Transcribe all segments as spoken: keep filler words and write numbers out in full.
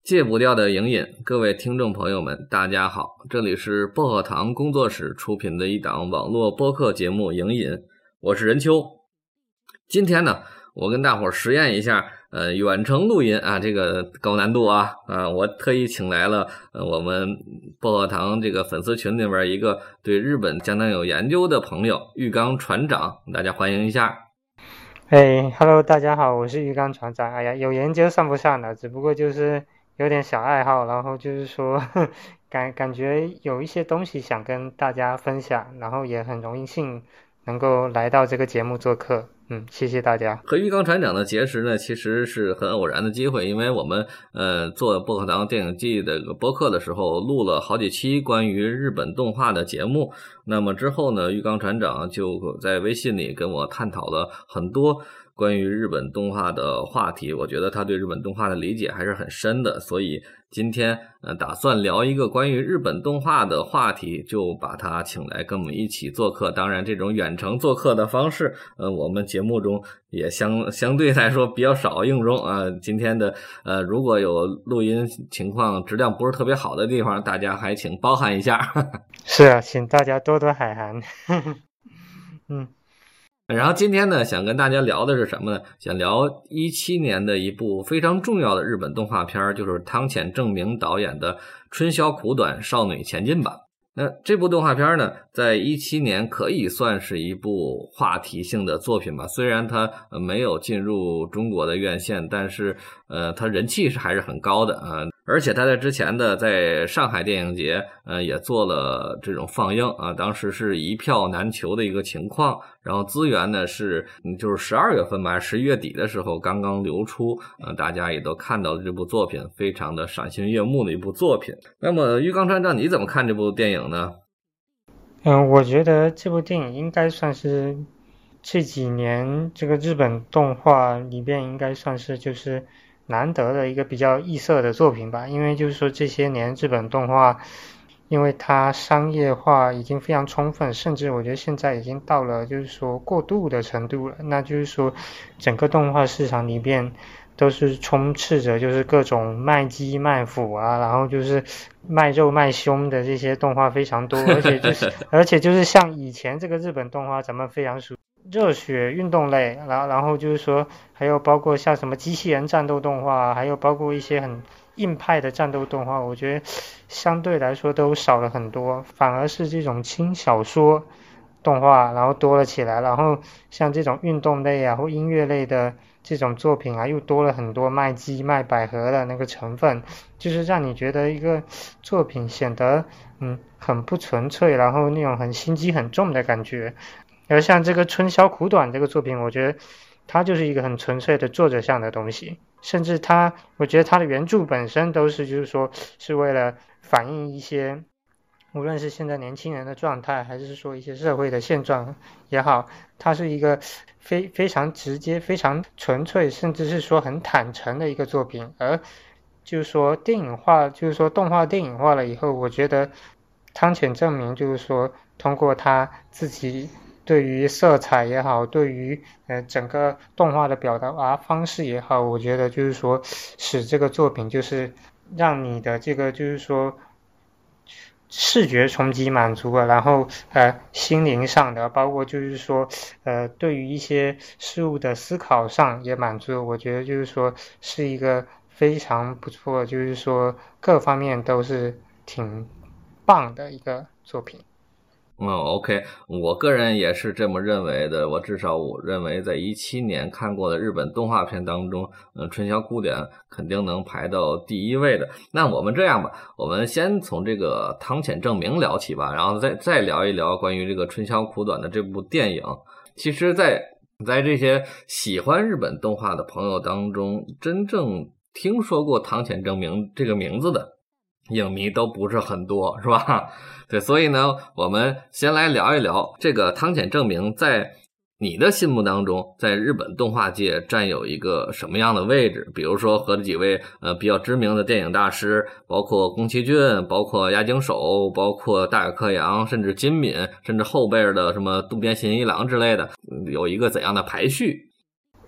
戒不掉的瘾瘾，各位听众朋友们大家好，这里是薄荷糖工作室出品的一档网络播客节目瘾瘾，我是任秋。今天呢，我跟大伙儿实验一下呃远程录音啊，这个高难度啊啊，我特意请来了呃我们薄荷糖这个粉丝群里边一个对日本相当有研究的朋友玉刚船长，大家欢迎一下。 哎 ，Hello， 大家好，我是玉刚船长。哎呀，有研究算不上的，只不过就是有点小爱好，然后就是说感感觉有一些东西想跟大家分享，然后也很荣幸能够来到这个节目做客。嗯，谢谢大家。 和玉刚船长的结识呢，其实是很偶然的机会，因为我们呃做薄荷糖电影季的播客的时候，录了好几期关于日本动画的节目。那么之后呢，玉刚船长就在微信里跟我探讨了很多关于日本动画的话题，我觉得他对日本动画的理解还是很深的，所以今天呃打算聊一个关于日本动画的话题，就把他请来跟我们一起做客。当然这种远程做客的方式呃我们节目中也相相对来说比较少应用啊、呃。今天的呃如果有录音情况质量不是特别好的地方，大家还请包涵一下。 是啊，请大家多多海涵。嗯。 然后今天呢，想跟大家聊的是什么呢？想聊一七年的一部非常重要的日本动画片，就是汤浅政明导演的《春宵苦短，少女前进吧》。那这部动画片呢，在一七年可以算是一部话题性的作品吧。虽然它没有进入中国的院线，但是呃，它人气是还是很高的啊。而且他在之前的在上海电影节呃也做了这种放映啊，当时是一票难求的一个情况，然后资源呢是就是十二月份吧，十一月底的时候刚刚流出，呃大家也都看到了这部作品，非常的赏心悦目的一部作品。那么玉刚船长你怎么看这部电影呢？ 嗯，我觉得这部电影应该算是这几年这个日本动画里边应该算是就是难得的一个比较异色的作品吧，因为就是说这些年日本动画因为它商业化已经非常充分，甚至我觉得现在已经到了就是说过度的程度了，那就是说整个动画市场里边都是充斥着就是各种卖鸡卖腐啊，然后就是卖肉卖胸的这些动画非常多，而且就是而且就是像以前这个日本动画咱们非常熟热血运动类，然后然后就是说还有包括像什么机器人战斗动画，还有包括一些很硬派的战斗动画，我觉得相对来说都少了很多，反而是这种轻小说动画然后多了起来，然后像这种运动类啊或音乐类的这种作品啊又多了很多卖鸡卖百合的那个成分，就是让你觉得一个作品显得嗯很不纯粹，然后那种很心机很重的感觉。而像这个春宵苦短这个作品，我觉得它就是一个很纯粹的作者向的东西，甚至它我觉得它的原著本身都是就是说是为了反映一些无论是现在年轻人的状态还是说一些社会的现状也好，它是一个非非常直接非常纯粹甚至是说很坦诚的一个作品。而就是说电影化就是说动画电影化了以后，我觉得汤浅政明就是说通过他自己对于色彩也好，对于呃整个动画的表达方式也好，我觉得就是说使这个作品就是让你的这个就是说视觉冲击满足了，然后呃心灵上的，包括就是说呃对于一些事物的思考上也满足，我觉得就是说是一个非常不错，就是说各方面都是挺棒的一个作品。 嗯 OK， 我个人也是这么认为的。我至少我认为在一七年看过的日本动画片当中，嗯，春宵苦短肯定能排到第一位的。那我们这样吧，我们先从这个汤浅政明聊起吧，然后再再聊一聊关于这个春宵苦短的这部电影。其实在在这些喜欢日本动画的朋友当中，真正听说过汤浅政明这个名字的影迷都不是很多，是吧？对，所以呢，我们先来聊一聊这个汤浅政明在你的心目当中，在日本动画界占有一个什么样的位置？比如说和几位呃比较知名的电影大师，包括宫崎骏，包括押井守，包括大野克洋，甚至金敏，甚至后辈的什么渡边信一郎之类的，有一个怎样的排序？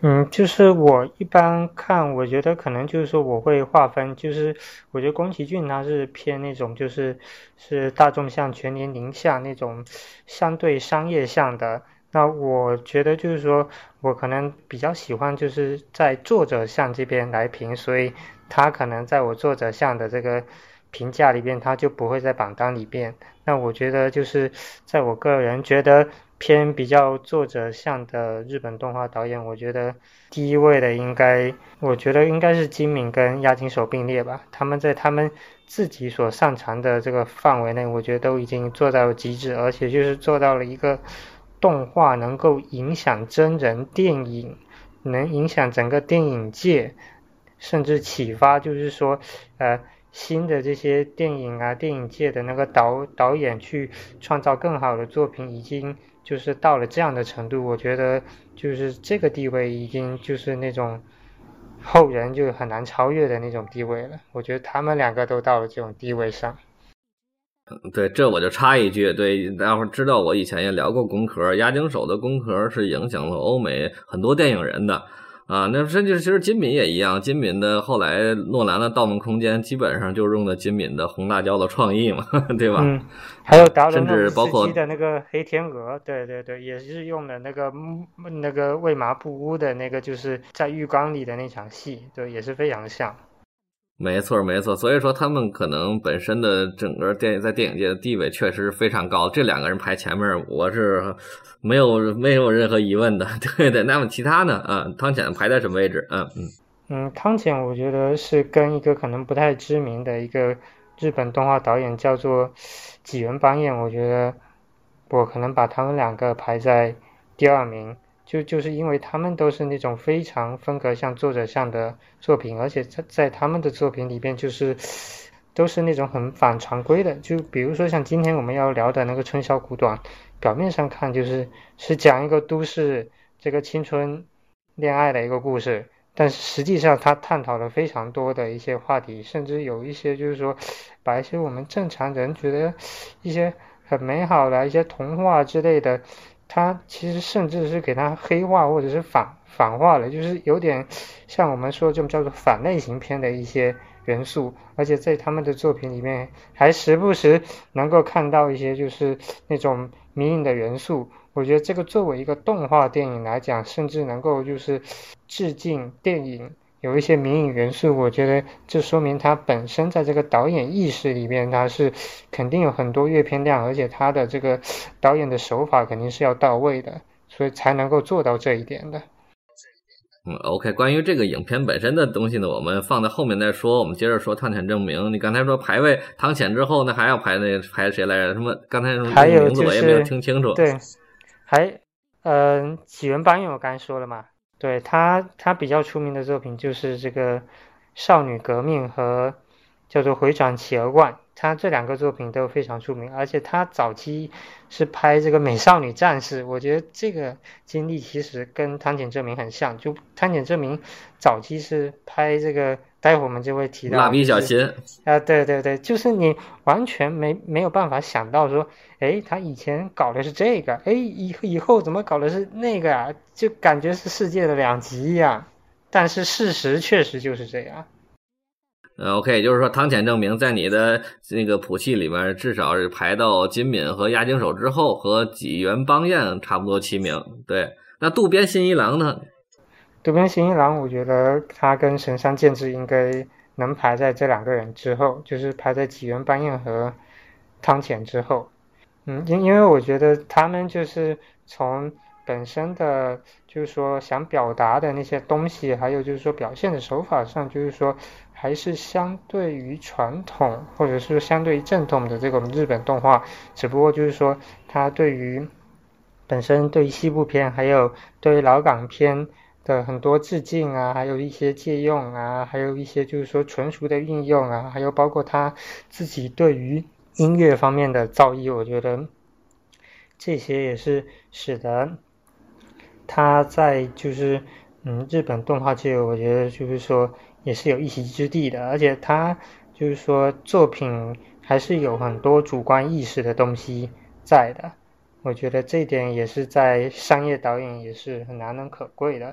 嗯，就是我一般看，我觉得可能就是说我会划分，就是我觉得宫崎骏他是偏那种就是是大众向、全年龄向那种相对商业向的。那我觉得就是说我可能比较喜欢就是在作者向这边来评，所以他可能在我作者向的这个评价里边，他就不会在榜单里边。那我觉得就是在我个人觉得偏比较作者向的日本动画导演，我觉得第一位的应该，我觉得应该是今敏跟押井守并列吧。他们在他们自己所擅长的这个范围内，我觉得都已经做到了极致，而且就是做到了一个动画能够影响真人电影，能影响整个电影界，甚至启发就是说，呃。新的这些电影啊，电影界的那个导导演去创造更好的作品，已经就是到了这样的程度，我觉得就是这个地位已经就是那种后人就很难超越的那种地位了。我觉得他们两个都到了这种地位上。 对，这我就插一句，对，大伙知道我以前也聊过宫壳，押井守的宫壳是影响了欧美很多电影人的。啊，那甚至其实金敏也一样，金敏的后来诺兰的《盗梦空间》基本上就用的金敏的红辣椒的创意嘛，对吧？ 嗯，还有达甚伦至包括的那个黑天鹅，对对对，也是用的那个那个为麻布屋的那个，就是在浴缸里的那场戏，对，也是非常像。 没错没错，所以说他们可能本身的整个电影在电影界的地位确实非常高，这两个人排前面我是没有没有任何疑问的。对对，那么其他呢？啊，汤浅排在什么位置？嗯嗯嗯，汤浅我觉得是跟一个可能不太知名的一个日本动画导演叫做纪元邦彦，我觉得我可能把他们两个排在第二名。就就是因为他们都是那种非常风格像作者像的作品，而且在在他们的作品里边就是都是那种很反常规的。就比如说像今天我们要聊的那个春宵苦短，表面上看就是是讲一个都市这个青春恋爱的一个故事，但是实际上他探讨了非常多的一些话题，甚至有一些就是说把一些我们正常人觉得一些很美好的一些童话之类的，他其实甚至是给他黑化或者是反反化了，就是有点像我们说这种叫做反类型片的一些元素，而且在他们的作品里面还时不时能够看到一些就是那种迷影的元素。我觉得这个作为一个动画电影来讲，甚至能够就是致敬电影，有一些迷影元素，我觉得这说明他本身在这个导演意识里面，他是肯定有很多阅片量，而且他的这个导演的手法肯定是要到位的，所以才能够做到这一点的。 嗯 ，OK， 关于这个影片本身的东西呢，我们放在后面再说。我们接着说汤浅证明。你刚才说排位汤浅之后呢，还要排那排谁来着？什么？刚才什么名字我也没有听清楚。 对，还嗯，纪元邦彦我刚才说了嘛，对他他比较出名的作品就是这个少女革命和叫做回转企鹅罐，他这两个作品都非常出名，而且他早期是拍这个美少女战士，我觉得这个经历其实跟汤浅证明很像，就汤浅证明早期是拍这个，待会我们就会提到蜡笔小新啊，对对对，就是你完全没没有办法想到说，哎，他以前搞的是这个，哎，以以后怎么搞的是那个啊？就感觉是世界的两极一样，但是事实确实就是这样。 呃 ，OK， 就是说汤浅证明在你的那个谱系里面，至少是排到金敏和押井守之后，和纪元邦彦差不多齐名。对，那渡边信一郎呢？ 渡边信一郎，我觉得他跟神山健治应该能排在这两个人之后，就是排在纪元邦彦和汤浅之后。嗯，因因为我觉得他们就是从本身的就是说想表达的那些东西，还有就是说表现的手法上，就是说还是相对于传统或者是相对于正统的这种日本动画，只不过就是说它对于本身对于西部片还有对于老港片的很多致敬啊，还有一些借用啊，还有一些就是说纯熟的运用啊，还有包括他自己对于音乐方面的造诣，我觉得这些也是使得他在就是嗯日本动画界，我觉得就是说也是有一席之地的，而且他就是说作品还是有很多主观意识的东西在的，我觉得这一点也是在商业导演也是很难能可贵的。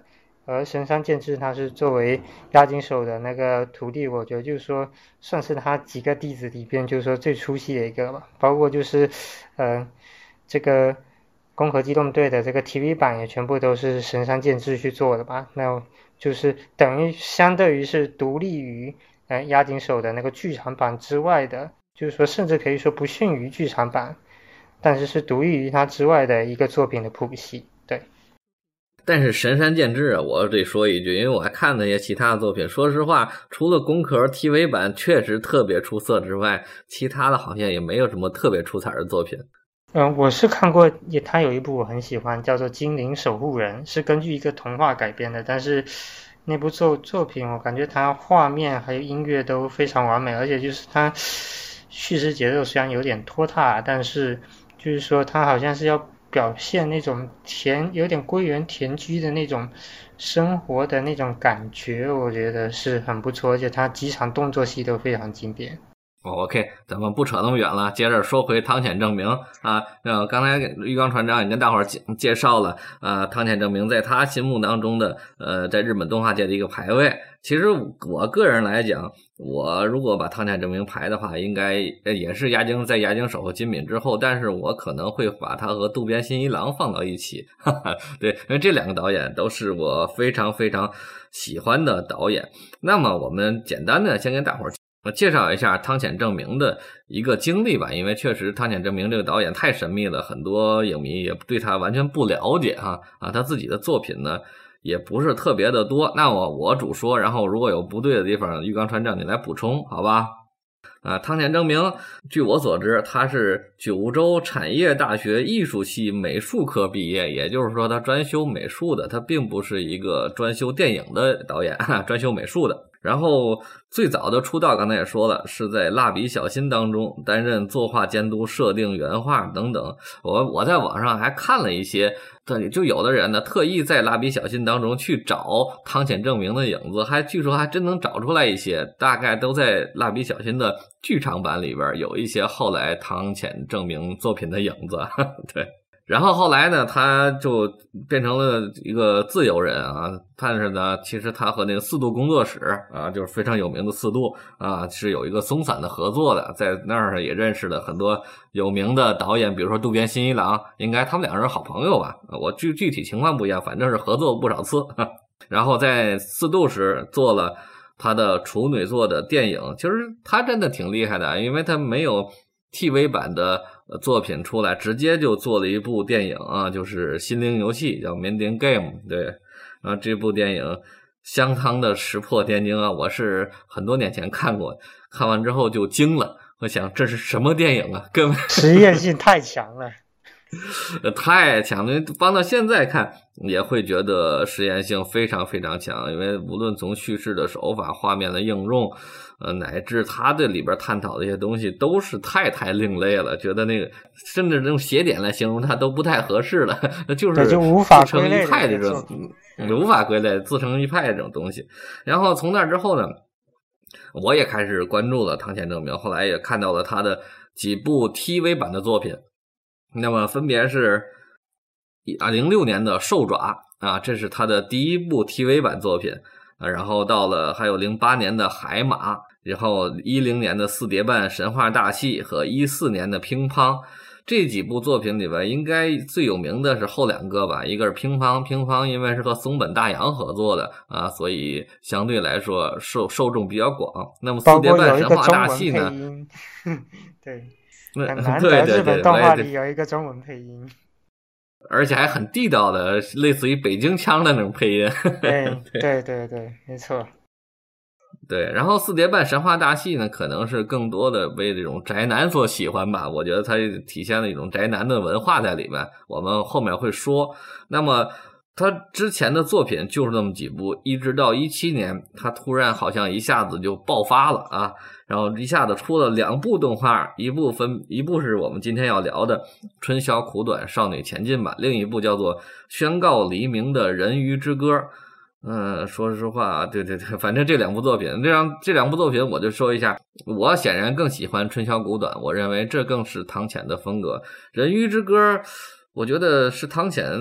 而神山健治他是作为押井守的那个徒弟，我觉得就是说算是他几个弟子里边就是说最出息的一个吧。包括就是呃这个攻壳机动队的这个 T V 版也全部都是神山健治去做的吧，那就是等于相对于是独立于呃押井守的那个剧场版之外的，就是说甚至可以说不逊于剧场版，但是是独立于它之外的一个作品的谱系。对， 但是神山健治啊，我得说一句，因为我还看那些其他的作品，说实话，除了攻壳 T V 版确实特别出色之外，其他的好像也没有什么特别出彩的作品。 嗯，我是看过，也他有一部我很喜欢，叫做《精灵守护人》，是根据一个童话改编的，但是那部作作品我感觉它画面还有音乐都非常完美，而且就是它叙事节奏虽然有点拖沓，但是就是说它好像是要表现那种田有点归园田居的那种生活的那种感觉，我觉得是很不错，而且它几场动作戏都非常经典。 哦 OK， 咱们不扯那么远了，接着说回汤浅政明啊。呃，刚才玉刚船长也跟大伙儿介绍了啊，汤浅政明在他心目当中的呃，在日本动画界的一个排位。其实我个人来讲，我如果把汤浅政明排的话，应该也是押井在押井守和金敏之后，但是我可能会把他和渡边信一郎放到一起。哈哈，对，因为这两个导演都是我非常非常喜欢的导演。那么我们简单的先跟大伙儿我介绍一下汤浅政明的一个经历吧，因为确实汤浅政明这个导演太神秘了，很多影迷也对他完全不了解哈啊，他自己的作品呢也不是特别的多。那我我主说，然后如果有不对的地方，玉刚船长你来补充，好吧？啊，汤浅政明，据我所知，他是九州产业大学艺术系美术科毕业，也就是说他专修美术的，他并不是一个专修电影的导演，专修美术的。然后最早的出道刚才也说了，是在蜡笔小新当中担任作画监督、设定原画等等。我我在网上还看了一些，就有的人呢特意在蜡笔小新当中去找汤浅政明的影子，还据说还真能找出来一些，大概都在蜡笔小新的剧场版里边有一些后来汤浅政明作品的影子。对，然后后来呢他就变成了一个自由人啊，但是呢其实他和那个四度工作室啊，就是非常有名的四度啊，是有一个松散的合作的，在那儿也认识了很多有名的导演，比如说渡边信一郎，应该他们两个人是好朋友吧，我具具体情况不一样，反正是合作不少次。然后在四度时做了他的处女作的电影，其实他真的挺厉害的，因为他没有 T V 版的作品出来，直接就做了一部电影啊，就是心灵游戏，叫 Mending Game。 对，然后这部电影相当的石破天惊啊，我是很多年前看过，看完之后就惊了，我想这是什么电影啊，根本实验性太强了。 太强了，放到现在看也会觉得实验性非常非常强，因为无论从叙事的手法、画面的应用，呃，乃至他这里边探讨的一些东西都是太太另类了，觉得那个甚至用写点来形容它都不太合适了，就是就无法自成一派的这种，无法归类，自成一派这种东西。然后从那之后呢，我也开始关注了汤浅政明，后来也看到了他的几部 T V 版的作品。那么分别是零六年的兽爪啊，这是他的第一部 T V 版作品啊，然后到了还有零八年的海马，然后一零年的四叠半神话大戏和一四年的乒乓。这几部作品里边应该最有名的是后两个吧，一个是乒乓，乒乓因为是和松本大洋合作的啊，所以相对来说受受众比较广。那么四叠半神话大戏呢， 对， 很难得日本动画里有一个中文配音， 而且还很地道的，类似于北京腔的那种配音。 对对对对，没错。 对，然后四叠半神话大戏呢，可能是更多的为这种宅男所喜欢吧，我觉得它体现了一种宅男的文化在里面，我们后面会说。那么他之前的作品就是那么几部，一直到一七年他突然好像一下子就爆发了啊，然后一下子出了两部动画，一部分一部是我们今天要聊的春宵苦短少女前进版，另一部叫做宣告黎明的人鱼之歌。嗯，说实话，对对对，反正这两部作品，这样这两部作品我就说一下，我显然更喜欢春宵苦短，我认为这更是汤浅的风格。人鱼之歌我觉得是汤浅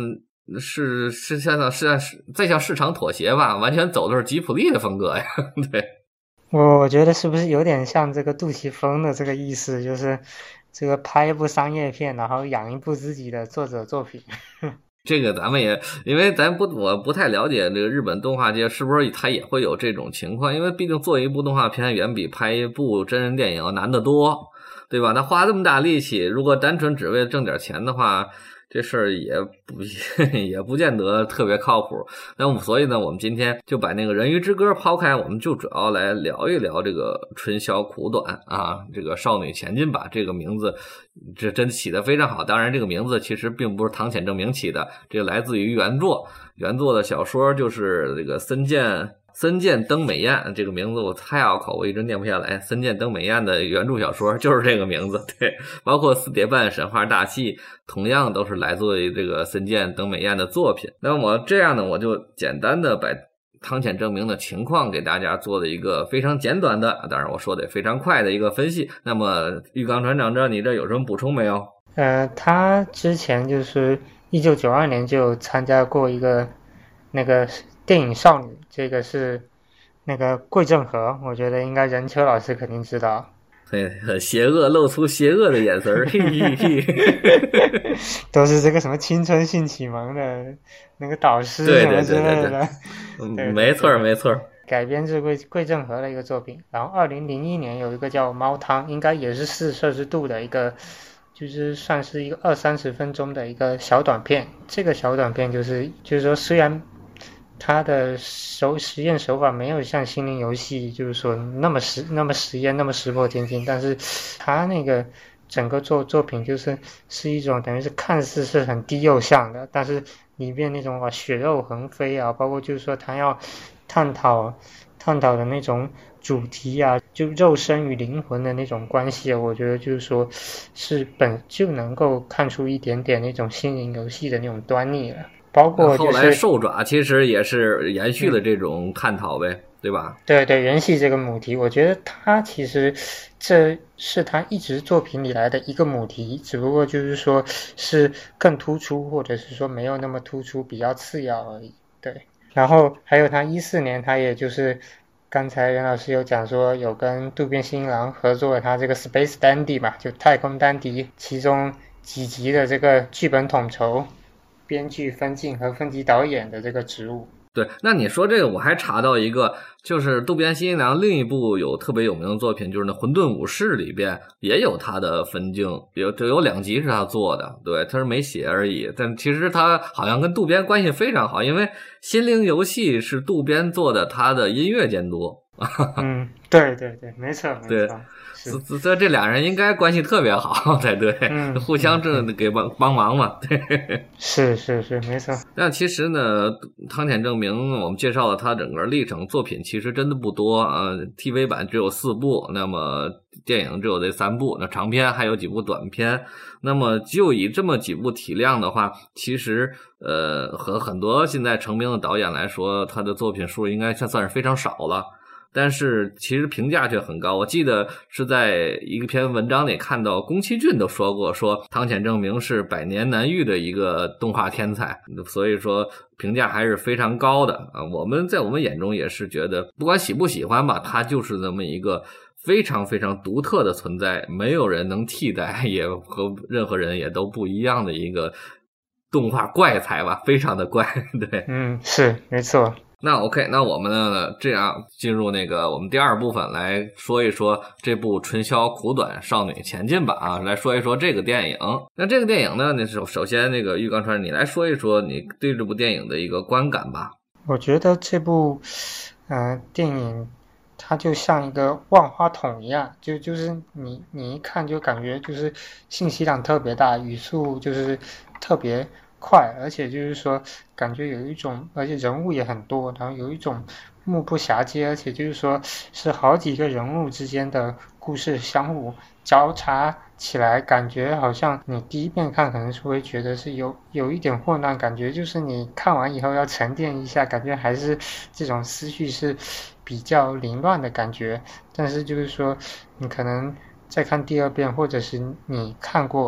是是向是向在向市场妥协吧，完全走的是吉普力的风格呀。对， 我我觉得是不是有点像这个杜琪峰的这个意思，就是这个拍一部商业片，然后养一部自己的作者作品。 这个咱们也因为咱不我不太了解这个日本动画界是不是它也会有这种情况，因为毕竟做一部动画片远比拍一部真人电影难得多，对吧？他花这么大力气，如果单纯只为了挣点钱的话，这事儿也不也不见得特别靠谱。那么所以呢，我们今天就把那个人鱼之歌抛开，我们就主要来聊一聊这个春宵苦短啊，这个少女前进吧，这个名字这真起得非常好。当然这个名字其实并不是汤浅政明起的，这个来自于原作，原作的小说就是这个森见森见登美彦，这个名字我太拗口，我一直念不下来。森见登美彦的原著小说就是这个名字，对，包括四叠半神话大戏同样都是来自于这个森见登美彦的作品。那么我这样呢，我就简单的把汤浅政明的情况给大家做了一个非常简短的，当然我说的也非常快的一个分析。那么玉刚船长，知道你这有什么补充没有？ 呃，他之前就是一九九二年就参加过一个那个电影少女，这个是那个桂正和，我觉得应该任秋老师肯定知道。 对，很邪恶，露出邪恶的眼神儿，嘿嘿嘿， 都是这个什么青春性启蒙的那个导师什么之类的。 对对对对对，没错没错。 改编自桂桂正和的一个作品，然后二零零一年有一个叫猫汤，应该也是四摄氏度的一个，就是算是一个二三十分钟的一个小短片。这个小短片就是就是说，虽然它的手实验手法没有像心灵游戏就是说那么实那么实验那么石破天惊，但是它那个整个作作品就是是一种等于是看似是很低幼向的，但是里面那种啊血肉横飞啊，包括就是说它要探讨探讨的那种主题啊，就肉身与灵魂的那种关系啊，我觉得就是说是本就能够看出一点点那种心灵游戏的那种端倪了。包括、就是、 后来兽爪其实也是延续了这种探讨呗、嗯、对吧？ 对对，人系这个母题，我觉得它其实这是他一直作品里来的一个母题，只不过就是说是更突出，或者是说没有那么突出，比较次要而已。对，然后还有他一四年，他也就是刚才任老师有讲说有跟渡边新一郎合作他这个 Space Dandy 嘛，就太空丹迪其中几集的这个剧本统筹、编剧分镜和分级导演的这个职务。 对，那你说这个我还查到一个，就是渡边新一郎另一部有特别有名的作品，就是那《混沌武士》里边也有他的分镜，有就有两集是他做的，对，他是没写而已。但其实他好像跟渡边关系非常好，因为《心灵游戏》是渡边做的他的音乐监督。 嗯，对对对，没错没错。 这这这俩人应该关系特别好才对，嗯、互相这给帮帮忙嘛，对。 是是是，没错。 但其实呢，汤浅政明我们介绍了他整个历程，作品其实真的不多啊 ，T V 版只有四部，那么电影只有这三部，那长篇还有几部短片。那么就以这么几部体量的话，其实呃和很多现在成名的导演来说，他的作品数应该算是非常少了。但是其实评价却很高，我记得是在一篇文章里看到宫崎骏都说过，说汤浅政明是百年难遇的一个动画天才，所以说评价还是非常高的啊。我们在我们眼中也是觉得，不管喜不喜欢吧，他就是这么一个非常非常独特的存在，没有人能替代，也和任何人也都不一样的一个动画怪才吧，非常的怪，对， 嗯，是没错。 那 OK， 那我们呢这样进入那个我们第二部分来说一说这部春宵苦短少女前进吧啊，来说一说这个电影。那这个电影呢，那首首先那个玉刚川你来说一说你对这部电影的一个观感吧。 我觉得这部呃电影它就像一个万花筒一样，就就是你你一看就感觉就是信息量特别大，语速就是特别快，而且就是说感觉有一种，而且人物也很多，然后有一种目不暇接，而且就是说是好几个人物之间的故事相互交叉起来，感觉好像你第一遍看可能是会觉得是有有一点混乱，感觉就是你看完以后要沉淀一下，感觉还是这种思绪是比较凌乱的感觉。但是就是说你可能再看第二遍，或者是你看过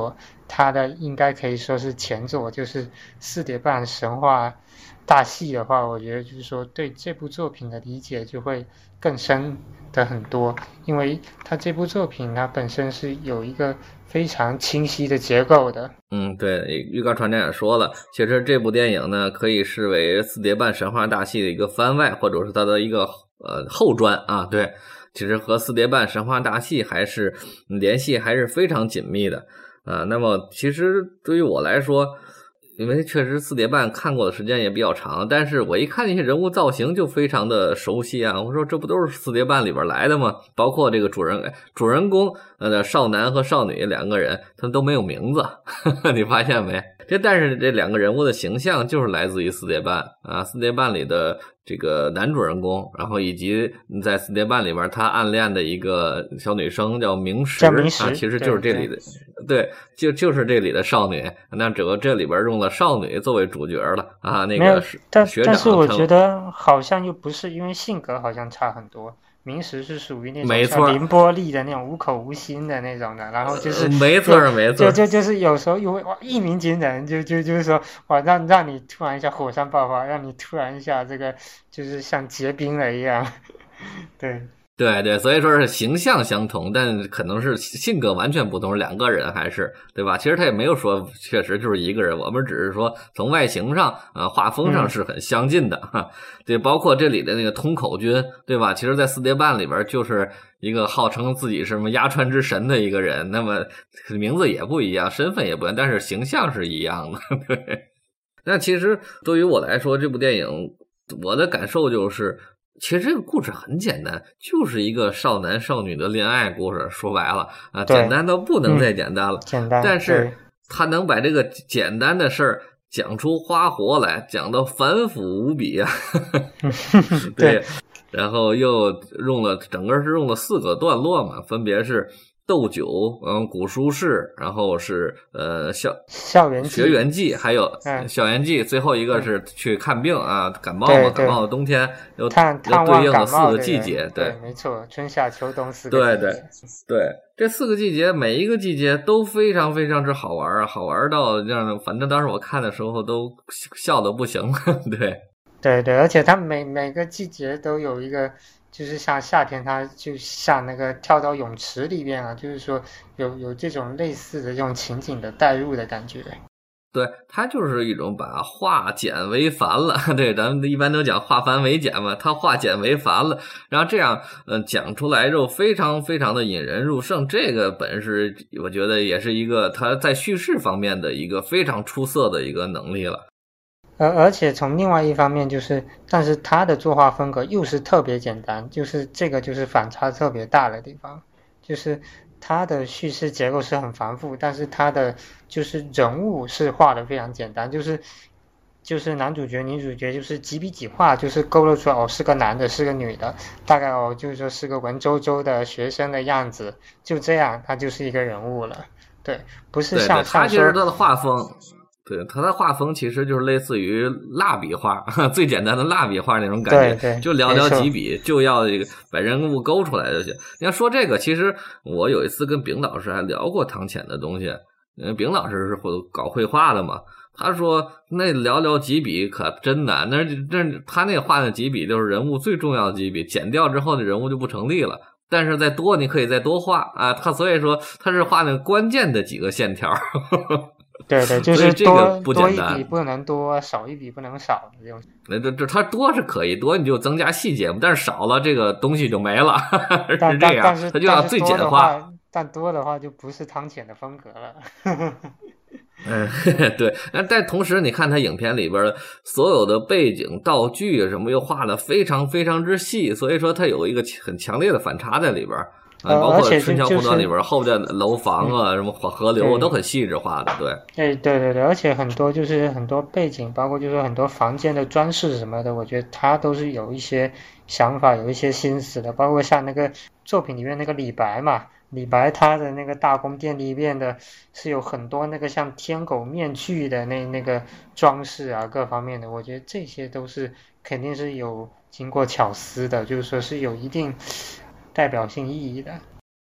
他的应该可以说是前作，就是四叠半神话大戏的话，我觉得就是说对这部作品的理解就会更深的很多，因为它这部作品它本身是有一个非常清晰的结构的。 嗯，对，预告传单也说了，其实这部电影呢可以视为四叠半神话大戏的一个番外，或者是它的一个呃后传啊。对，其实和四叠半神话大戏还是联系还是非常紧密的啊。那么其实对于我来说，因为确实四叠半看过的时间也比较长，但是我一看那些人物造型就非常的熟悉啊。我说这不都是四叠半里边来的吗？包括这个主人主人公呃少男和少女两个人，他们都没有名字，呵呵，你发现没？这但是这两个人物的形象就是来自于四叠半啊，四叠半里的这个男主人公，然后以及在四叠半里边他暗恋的一个小女生叫明石， 叫明石啊，其实就是这里的，对，对，就就是这里的少女。那只不过这里边用了少女作为主角了啊，那个但学长。 但是我觉得好像又不是，因为性格好像差很多。明石是属于那种像凌波丽的那种无口无心的那种的，然后就是没错没错， 就就就是有时候又哇一鸣惊人，就就就是说哇让让你突然一下火山爆发，让你突然一下这个就是像结冰了一样，对。 对对，所以说是形象相同，但可能是性格完全不同，两个人还是对吧？其实他也没有说确实就是一个人，我们只是说从外形上啊、呃、画风上是很相近的哈、嗯。对，包括这里的那个通口君，对吧？其实在四叠半里边就是一个号称自己是什么压川之神的一个人，那么名字也不一样，身份也不一样，但是形象是一样的。对，那其实对于我来说，这部电影我的感受就是。其实这个故事很简单，就是一个少男少女的恋爱故事，说白了啊，简单到不能再简单了。 嗯、简单， 但是他能把这个简单的事儿讲出花活来，讲到繁复无比啊。对, 对，然后又用了整个是用了四个段落嘛，分别是斗酒，嗯，古书士，然后是呃校校园学园季，还有校园季、嗯，最后一个是去看病啊，感冒嘛，感冒的冬天又探又对应了四个季节， 对， 对， 没错，春夏秋冬四个季节， 对对对，这四个季节每一个季节都非常非常之好玩啊，好玩到这样，反正当时我看的时候都笑得不行，对， 对对，而且它每每个季节都有一个。就是像夏天，它就像那个跳到泳池里边啊，就是说有有这种类似的这种情景的代入的感觉。 对，它就是一种把化简为繁了。对，咱们一般都讲化繁为简嘛，它化简为繁了，然后这样，嗯、呃，讲出来之后非常非常的引人入胜。这个本事，我觉得也是一个它在叙事方面的一个非常出色的一个能力了。 而而且从另外一方面就是，但是他的作画风格又是特别简单，就是这个就是反差特别大的地方，就是他的叙事结构是很繁复，但是他的就是人物是画的非常简单，就是就是男主角女主角就是几笔几画就是勾勒出来哦是个男的是个女的，大概哦就是说是个文绉绉的学生的样子，就这样他就是一个人物了。对，不是像他其实他的画风。对，他的画风其实就是类似于蜡笔画，最简单的蜡笔画那种感觉， 对对， 就寥寥几笔就要这个把人物勾出来就行。你要说这个，其实我有一次跟丙老师还聊过汤浅的东西，嗯，丙老师是搞绘画的嘛，他说那寥寥几笔可真难，那这他那画的几笔就是人物最重要的几笔，剪掉之后的人物就不成立了。但是再多你可以再多画啊，他所以说他是画那关键的几个线条。 对对，就是多不多一笔不能多，少一笔不能少的这种。 那这这它多是可以多，你就增加细节嘛，但是少了这个东西就没了，是这样。 但是它就要最简化， 但多的话就不是汤浅的风格了。 嗯，对。但同时，你看他影片里边的所有的背景、道具什么，又画的非常非常之细，所以说它有一个很强烈的反差在里边。啊，包括《春江红灯》里边后边的楼房啊，什么河流都很细致化的，对。 对对对对，而且很多就是很多背景，包括就是很多房间的装饰什么的，我觉得他都是有一些想法，有一些心思的。包括像那个作品里面那个李白嘛，李白他的那个大宫殿里面的是有很多那个像天狗面具的那那个装饰啊，各方面的，我觉得这些都是肯定是有经过巧思的，就是说是有一定代表性意义的。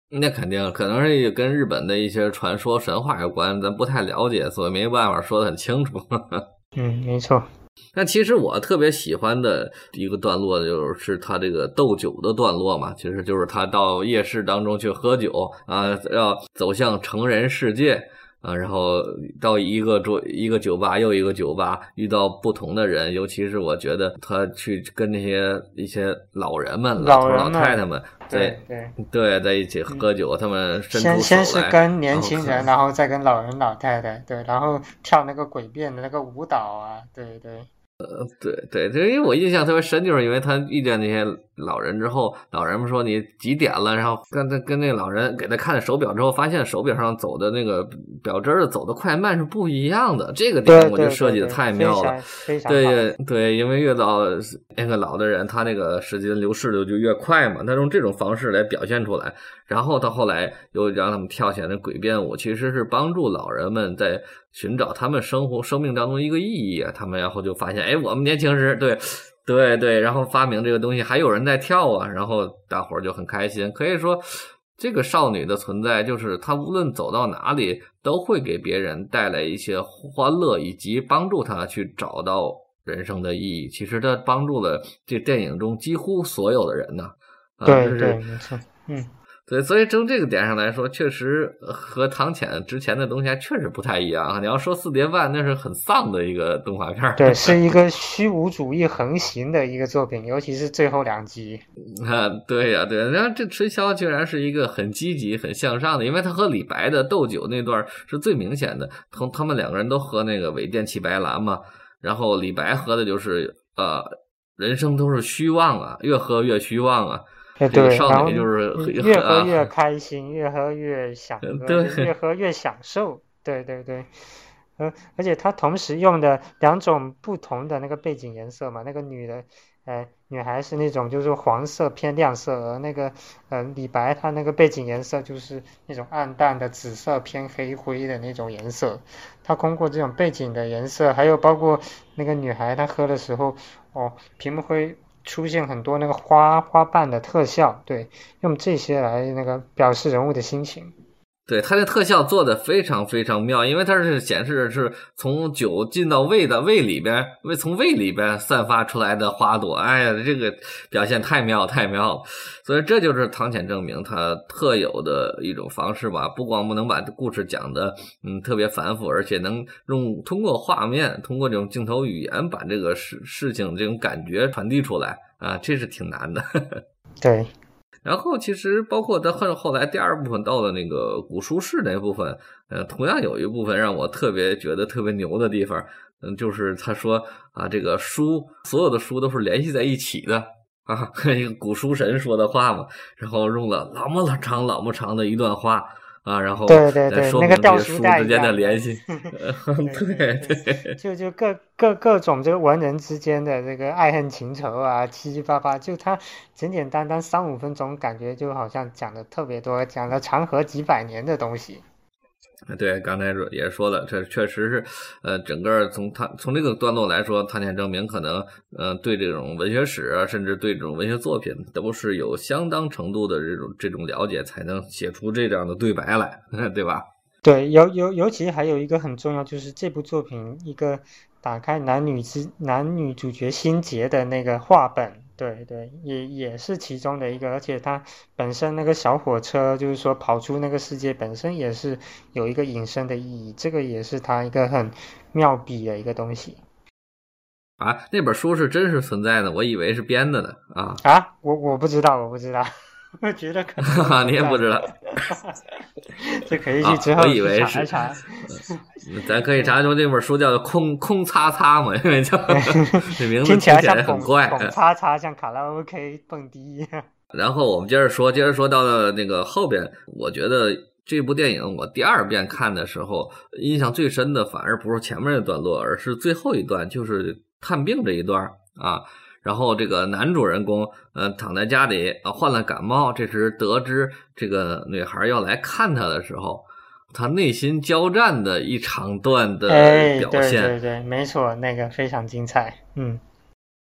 那肯定可能是跟日本的一些传说神话有关，咱不太了解，所以没办法说得很清楚。 嗯，没错。 但其实我特别喜欢的一个段落就是他这个斗酒的段落嘛，其实就是他到夜市当中去喝酒啊，要走向成人世界啊，然后到一个桌一个酒吧又一个酒吧，遇到不同的人，尤其是我觉得他去跟那些一些老人们、老头老太太们在对对对在一起喝酒，嗯、他们伸出手来， 先先是跟年轻人，然后, 然后再跟老人老太太，对，然后跳那个诡辩的那个舞蹈啊，对对。 呃，对对对，因为我印象特别深，就是因为他遇见那些老人之后，老人们说你几点了，然后跟他跟那个老人给他看手表之后，发现手表上走的那个表针走的快慢是不一样的，这个点我觉得设计的太妙了。 非常对对，因为越老那个老的人，他那个时间流逝的就越快嘛，他用这种方式来表现出来，然后他后来又让他们跳起来的诡辩舞，其实是帮助老人们在寻找他们生活生命当中一个意义啊，他们然后就发现，哎，我们年轻时对对对，然后发明这个东西还有人在跳啊，然后大伙儿就很开心。可以说这个少女的存在，就是她无论走到哪里都会给别人带来一些欢乐，以及帮助她去找到人生的意义。其实她帮助了这电影中几乎所有的人呢、 啊、对对没错。嗯， 对，所以从这个点上来说，确实和唐浅之前的东西还确实不太一样。你要说四叠半，那是很丧的一个动画片， 对，是一个虚无主义横行的一个作品，尤其是最后两集。 啊，对呀、啊，对，然后这春宵居然是一个很积极、很向上的，因为他和李白的斗酒那段是最明显的，同他们两个人都喝那个伪电气白兰嘛，然后李白喝的就是呃，人生都是虚妄啊，越喝越虚妄啊。 对， 这个少女就是越喝越开心，越喝越享乐， 对， 越喝越享受。对对对，呃，而且她同时用的两种不同的那个背景颜色嘛，那个女的，呃，女孩是那种就是黄色偏亮色，而那个呃李白他那个背景颜色就是那种暗淡的紫色偏黑灰的那种颜色。他通过这种背景的颜色，还有包括那个女孩她喝的时候，哦，屏幕会出现很多那个花花瓣的特效，对，用这些来那个表示人物的心情。 对，它的特效做的非常非常妙，因为它是显示是从酒进到胃的胃里边，胃从胃里边散发出来的花朵，哎呀，这个表现太妙太妙了。所以这就是唐浅正明他特有的一种方式吧，不光不能把故事讲的嗯特别繁复，而且能用通过画面，通过这种镜头语言把这个事事情这种感觉传递出来啊，这是挺难的。 对。 然后其实包括他后后来第二部分到了那个古书市那部分，呃，同样有一部分让我特别觉得特别牛的地方，嗯，就是他说啊，这个书所有的书都是联系在一起的啊，一个古书神说的话嘛，然后用了老么长老么长的一段话啊，然后对对对， 说明这些书之间的联系， 对对对，就就各各各种这个文人之间的这个爱恨情仇啊，七七八八，就他简简单单三五分钟，感觉就好像讲的特别多，讲了长河几百年的东西。 对，刚才也说了，这确实是，呃，整个从他从这个段落来说，唐浅正明可能，呃，对这种文学史啊，甚至对这种文学作品，都是有相当程度的这种这种了解，才能写出这样的对白来，对吧？ 对，尤尤尤其还有一个很重要，就是这部作品一个打开男女之男女主角心结的那个画本。对对，也也是其中的一个，而且它本身那个小火车，就是说跑出那个世界本身也是有一个引申的意义，这个也是它一个很妙笔的一个东西。 啊，那本书是真实存在的，我以为是编的呢。啊啊，我我不知道，我不知道，我觉得可能你也不知道， 这可以去之后我以为是查一查。 咱可以查出这本书叫做空空擦擦嘛，因为叫这名字听起来像很怪， 蹦擦擦，像卡拉 OK 蹦迪一样。 然后我们接着说，接着说到了那个后边，我觉得这部电影我第二遍看的时候，印象最深的反而不是前面的段落，而是最后一段，就是探病这一段啊。然后这个男主人公，呃，躺在家里啊，患了感冒，这时得知这个女孩要来看他的时候，他内心交战的一长段的表现， 哎、对对对，没错，那个非常精彩，嗯。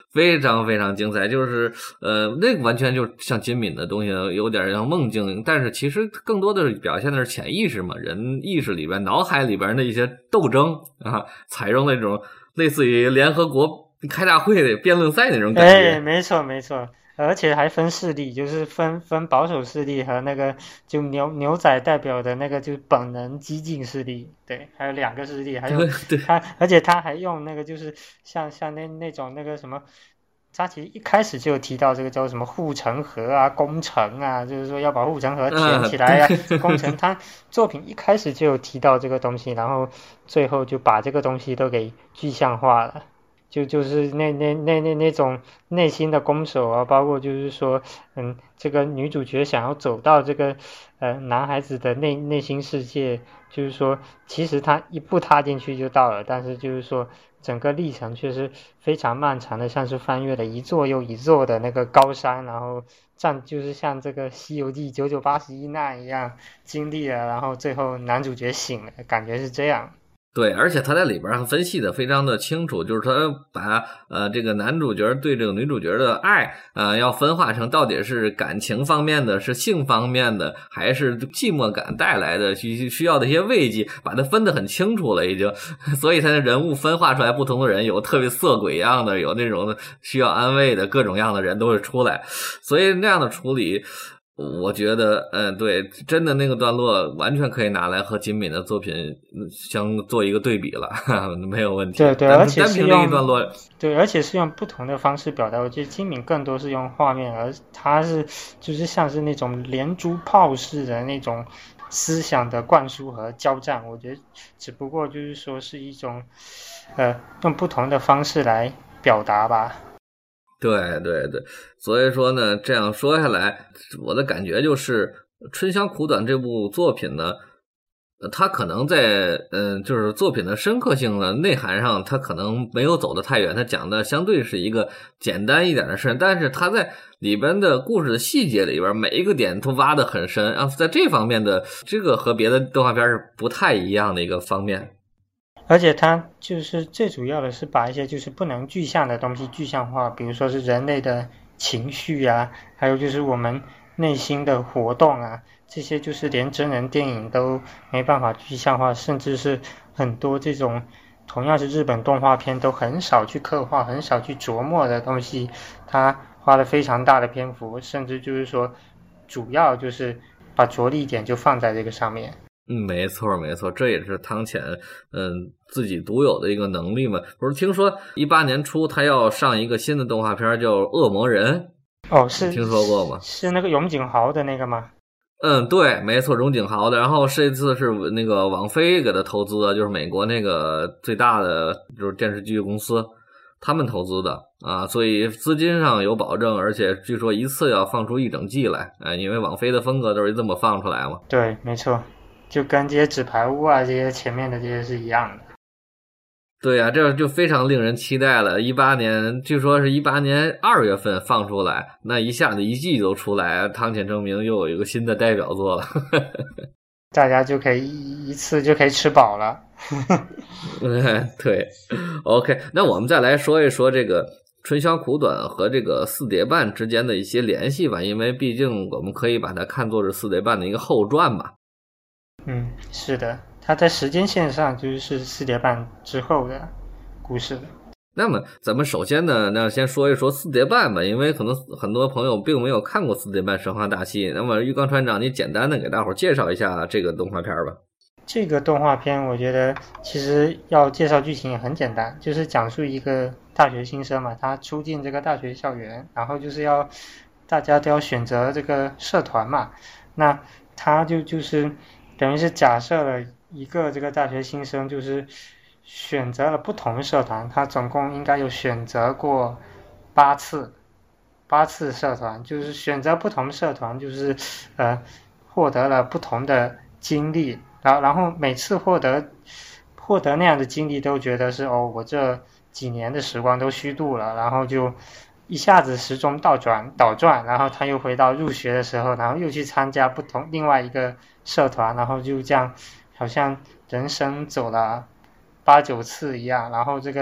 非常非常精彩，就是呃，那个完全就像金敏的东西，有点像梦境，但是其实更多的是表现的是潜意识嘛，人意识里边、脑海里边的一些斗争啊，采用那种类似于联合国开大会的辩论赛那种感觉。 哎，没错没错，而且还分势力，就是分分保守势力和那个就牛牛仔代表的那个就是本能激进势力，对，还有两个势力，还有对， 他，而且他还用那个就是像像那那种那个什么。他其实一开始就提到这个叫什么护城河啊、工程啊，就是说要把护城河填起来呀、啊。工程，他作品一开始就有提到这个东西，然后最后就把这个东西都给具象化了。就就是那那那那那种内心的攻守啊，包括就是说，嗯，这个女主角想要走到这个呃男孩子的内内心世界，就是说，其实他一步踏进去就到了，但是就是说整个历程却是非常漫长的，像是翻越了一座又一座的那个高山，然后战就是像这个《西游记》九九八十一难一样经历了，然后最后男主角醒了，感觉是这样。 对，而且他在里边分析的非常的清楚，就是他把呃这个男主角对这个女主角的爱呃要分化成到底是感情方面的，是性方面的，还是寂寞感带来的需需要的一些慰藉，把它分得很清楚了已经，所以他的人物分化出来不同的人，有特别色鬼样的，有那种需要安慰的，各种样的人都会出来，所以那样的处理。我觉得，嗯，对，真的那个段落完全可以拿来和金敏的作品相做一个对比了，哈哈，没有问题。 对对，而且是用一段落， 对，而且是用不同的方式表达。我觉得金敏更多是用画面，而他是就是像是那种连珠炮式的那种思想的灌输和交战。我觉得只不过就是说是一种，呃，用不同的方式来表达吧。 对对对，所以说呢，这样说下来，我的感觉就是《春宵苦短》这部作品呢，它可能在嗯，就是作品的深刻性的内涵上，它可能没有走得太远，它讲的相对是一个简单一点的事，但是它在里边的故事的细节里边，每一个点都挖得很深啊，在这方面的这个和别的动画片是不太一样的一个方面。 而且它就是最主要的是把一些就是不能具象的东西具象化，比如说是人类的情绪啊，还有就是我们内心的活动啊，这些就是连真人电影都没办法具象化，甚至是很多这种同样是日本动画片都很少去刻画、很少去琢磨的东西，它花了非常大的篇幅，甚至就是说主要就是把着力点就放在这个上面。 嗯，没错没错，这也是汤浅嗯自己独有的一个能力嘛。不是听说一八年初他要上一个新的动画片叫《恶魔人》？ 哦，是听说过吗？ 是那个永井豪的那个吗？ 嗯，对，没错，荣景豪的。然后这次是那个网飞给他投资的，就是美国那个最大的就是电视剧公司，他们投资的啊，所以资金上有保证，而且据说一次要放出一整季来，哎，因为网飞的风格都是这么放出来嘛。 对，没错。就跟这些纸牌屋啊，这些前面的这些是一样的。 对呀、啊，这就非常令人期待了。一八年，据说是一八年二月份放出来，那一下子一季都出来，汤浅证明又有一个新的代表作了。 大家就可以一次就可以吃饱了。 对 ，OK， 那我们再来说一说这个春宵苦短和这个四叠半之间的一些联系吧，因为毕竟我们可以把它看作是四叠半的一个后传吧。 嗯，是的，它在时间线上就是四叠半之后的故事。 那么咱们首先呢，那先说一说四叠半吧，因为可能很多朋友并没有看过四叠半神话大戏。那么玉刚船长，你简单的给大伙介绍一下这个动画片吧。 这个动画片我觉得其实要介绍剧情也很简单，就是讲述一个大学新生嘛，他初进这个大学校园，然后就是要大家都要选择这个社团嘛，那他就就是等于是假设了一个这个大学新生就是选择了不同社团，他总共应该有选择过八次八次社团，就是选择不同社团就是呃获得了不同的经历，然后然后每次获得获得那样的经历都觉得是哦，我这几年的时光都虚度了，然后就一下子时钟倒转倒转，然后他又回到入学的时候，然后又去参加不同另外一个社团，然后就这样好像人生走了八九次一样，然后这个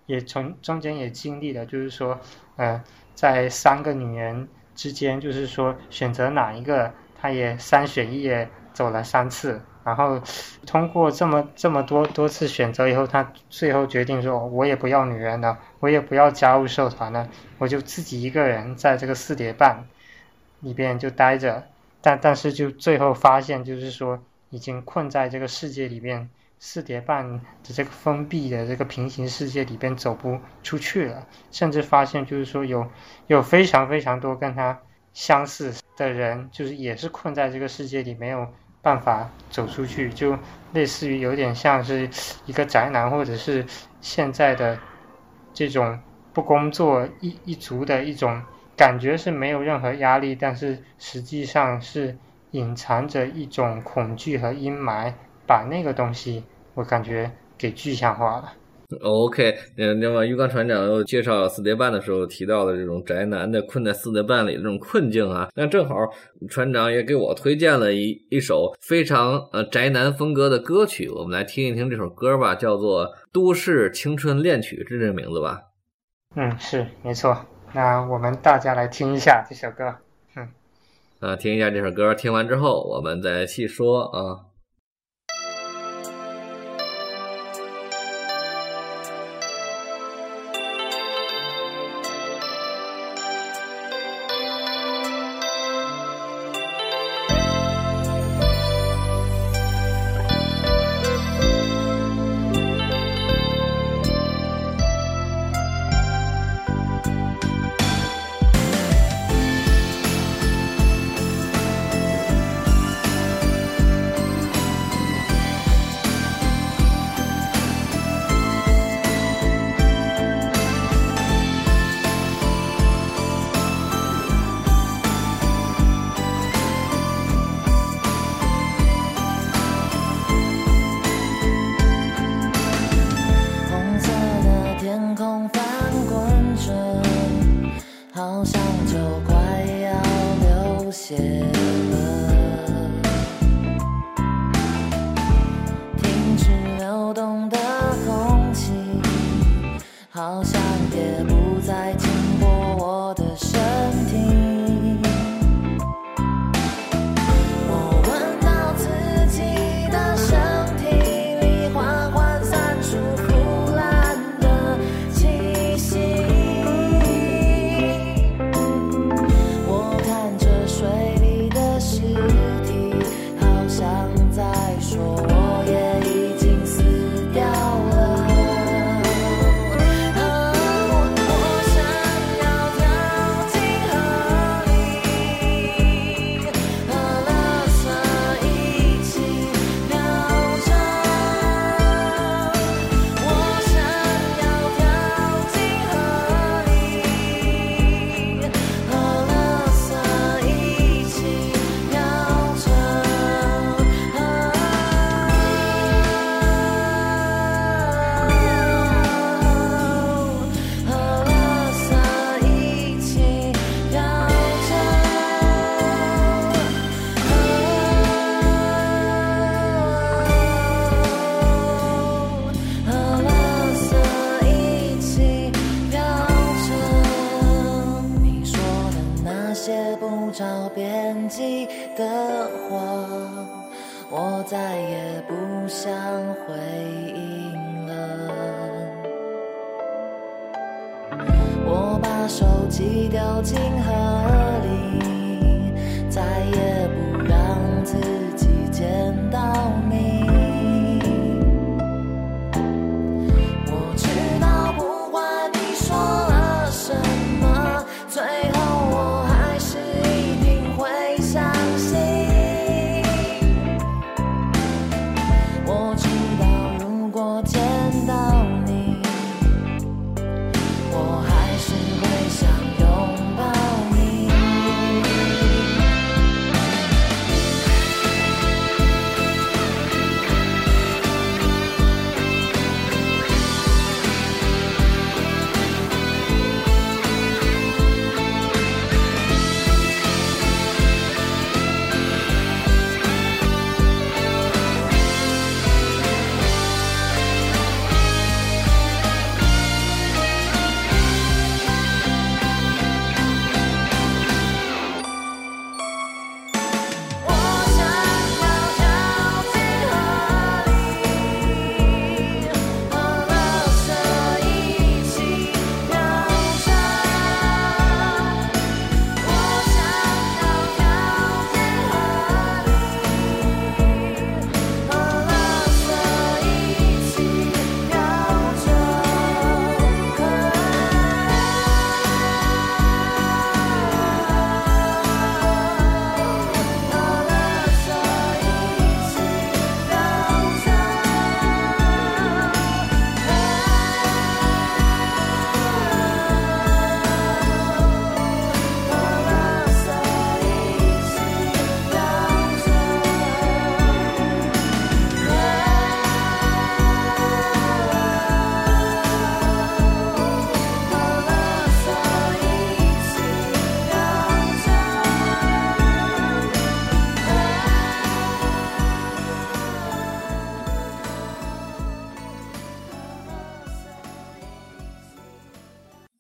也从中间也经历了，就是说，呃，在三个女人之间，就是说选择哪一个，他也三选一也走了三次，然后通过这么这么多多次选择以后，他最后决定说，我也不要女人了，我也不要加入社团了，我就自己一个人在这个四叠半里边就待着，但但是就最后发现，就是说已经困在这个世界里面。四叠半的这个封闭的这个平行世界里边走不出去了，甚至发现就是说有有非常非常多跟他相似的人，就是也是困在这个世界里没有办法走出去，就类似于有点像是一个宅男，或者是现在的这种不工作一一族的一种感觉，是没有任何压力，但是实际上是隐藏着一种恐惧和阴霾，把那个东西我感觉给具象化了。 OK， 那么鱼缸船长又介绍四叠半的时候提到的这种宅男的困在四叠半里的这种困境啊，那正好船长也给我推荐了一一首非常呃宅男风格的歌曲，我们来听一听这首歌吧，叫做《都市青春恋曲》，是这个名字吧？ 嗯，是没错。那我们大家来听一下这首歌。嗯， 啊，听一下这首歌，听完之后我们再细说啊。 我还是会想拥抱你。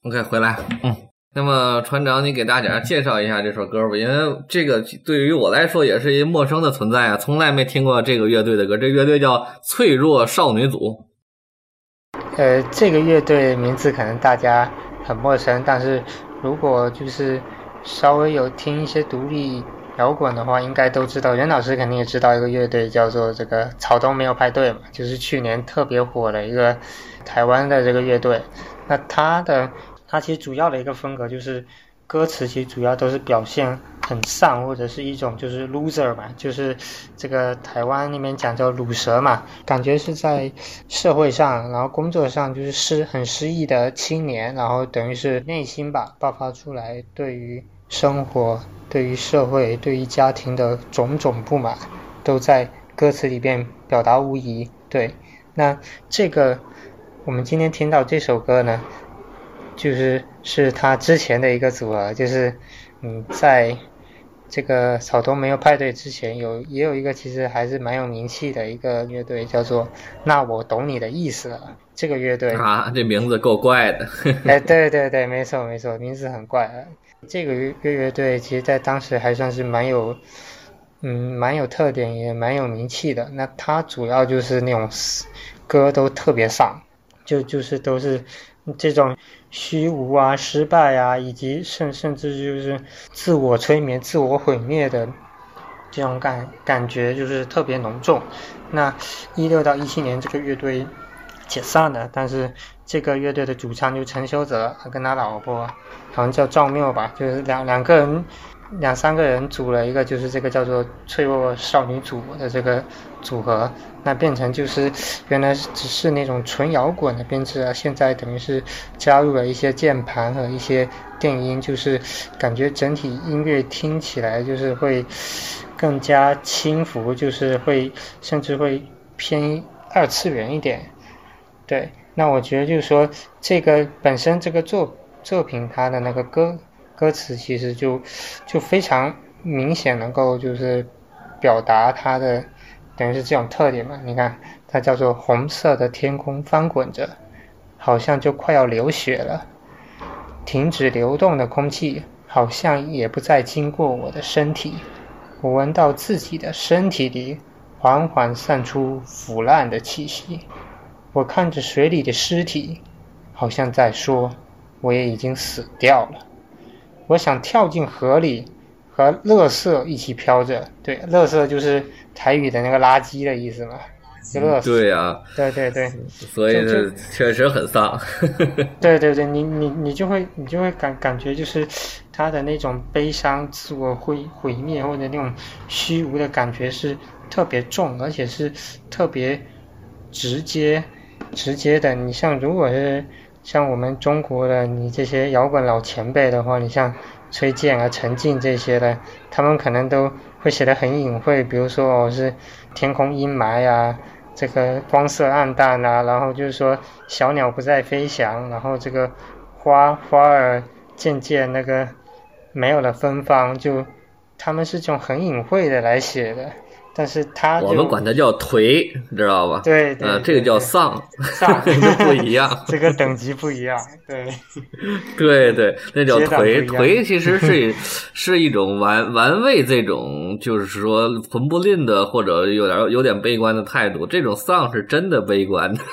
OK， 回来，嗯，那么船长，你给大家介绍一下这首歌吧，因为这个对于我来说也是一陌生的存在啊，从来没听过这个乐队的歌。这乐队叫脆弱少女组。 呃，这个乐队名字可能大家很陌生，但是如果就是稍微有听一些独立摇滚的话，应该都知道。任老师肯定也知道一个乐队叫做这个草东没有派对嘛，就是去年特别火的一个台湾的这个乐队。那他的它其实主要的一个风格就是歌词其实主要都是表现很丧，或者是一种就是 loser 嘛，就是这个台湾那边讲叫鲁蛇嘛，感觉是在社会上然后工作上就是失很失意的青年，然后等于是内心吧爆发出来对于生活对于社会对于家庭的种种不满都在歌词里边表达无遗。对，那这个我们今天听到这首歌呢，就是是他之前的一个组合，就是嗯，在这个草东没有派对之前有也有一个其实还是蛮有名气的一个乐队叫做那我懂你的意思了。这个乐队啊，这名字够怪的。 哎，对对对，没错没错，名字很怪。这个乐乐队其实在当时还算是蛮有嗯蛮有特点也蛮有名气的。那它主要就是那种歌都特别丧，就就是都是这种虚无啊失败啊以及甚甚至就是自我催眠自我毁灭的这种感感觉就是特别浓重。那一六到一七年这个乐队解散了，但是这个乐队的主唱就陈修哲跟他老婆好像叫赵妙吧，就是两两个人两三个人组了一个就是这个叫做脆弱少女组的这个组合，那变成就是原来只是那种纯摇滚的编制啊，现在等于是加入了一些键盘和一些电音，就是感觉整体音乐听起来就是会更加轻浮，就是会甚至会偏二次元一点。对，那我觉得就是说这个本身这个作作品它的那个歌歌词其实就就非常明显能够就是表达它的等于是这种特点嘛。你看它叫做红色的天空翻滚着，好像就快要流血了，停止流动的空气好像也不再经过我的身体，我闻到自己的身体里缓缓散出腐烂的气息，我看着水里的尸体，好像在说我也已经死掉了，我想跳进河里和垃圾一起飘着。对，垃圾就是台语的那个垃圾的意思嘛，就垃圾。 对啊， 对对对， 所以这确实很丧。 对对对，你你你就会你就会感感觉就是他的那种悲伤自我毁毁灭或者那种虚无的感觉是特别重，而且是特别直接直接的。你像如果是像我们中国的你这些摇滚老前辈的话，你像崔健啊陈静这些的，他们可能都会写得很隐晦，比如说哦是天空阴霾啊，这个光色暗淡啊，然后就是说小鸟不再飞翔，然后这个花花儿渐渐那个没有了芬芳，就他们是这种很隐晦的来写的。但是他我们管它叫颓，知道吧？ 对对、 呃，这个叫丧， 丧不一样， 这个等级不一样。对， 对对，那叫颓。颓其实是是一种玩玩味这种，就是说魂不吝的或者有点有点悲观的态度。这种丧是真的悲观的。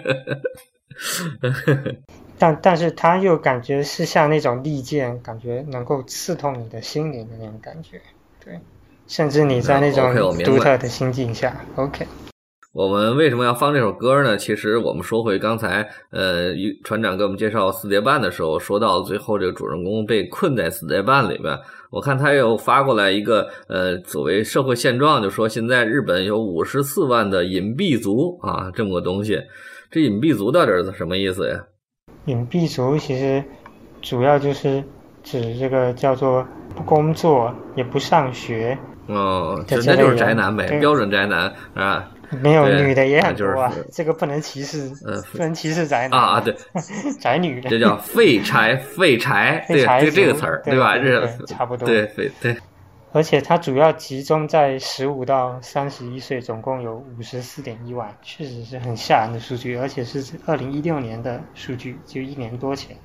但但是他又感觉是像那种利剑，感觉能够刺痛你的心灵的那种感觉。对。甚至你在那种独特的心境下、嗯、OK, OK 我们为什么要放这首歌呢？其实我们说回刚才呃船长给我们介绍四叠半的时候，说到最后这个主人公被困在四叠半里面，我看他又发过来一个呃所谓社会现状，就说现在日本有五十四万的隐蔽族啊，这么个东西。这隐蔽族到底是什么意思呀？ 隐蔽族其实主要就是指这个叫做不工作也不上学哦，这那就是宅男呗，标准宅男啊。 没有女的也很多啊， 就是、 这个不能歧视，呃，不能歧视宅男啊，对， 宅女的， 这叫废柴，废柴， 废柴这这个词儿， 对吧？ 对对差不多， 对对对。 而且它主要集中在十五到三十一岁，总共有五十四点一万，确实是很吓人的数据，而且是二零一六年的数据，就一年多前。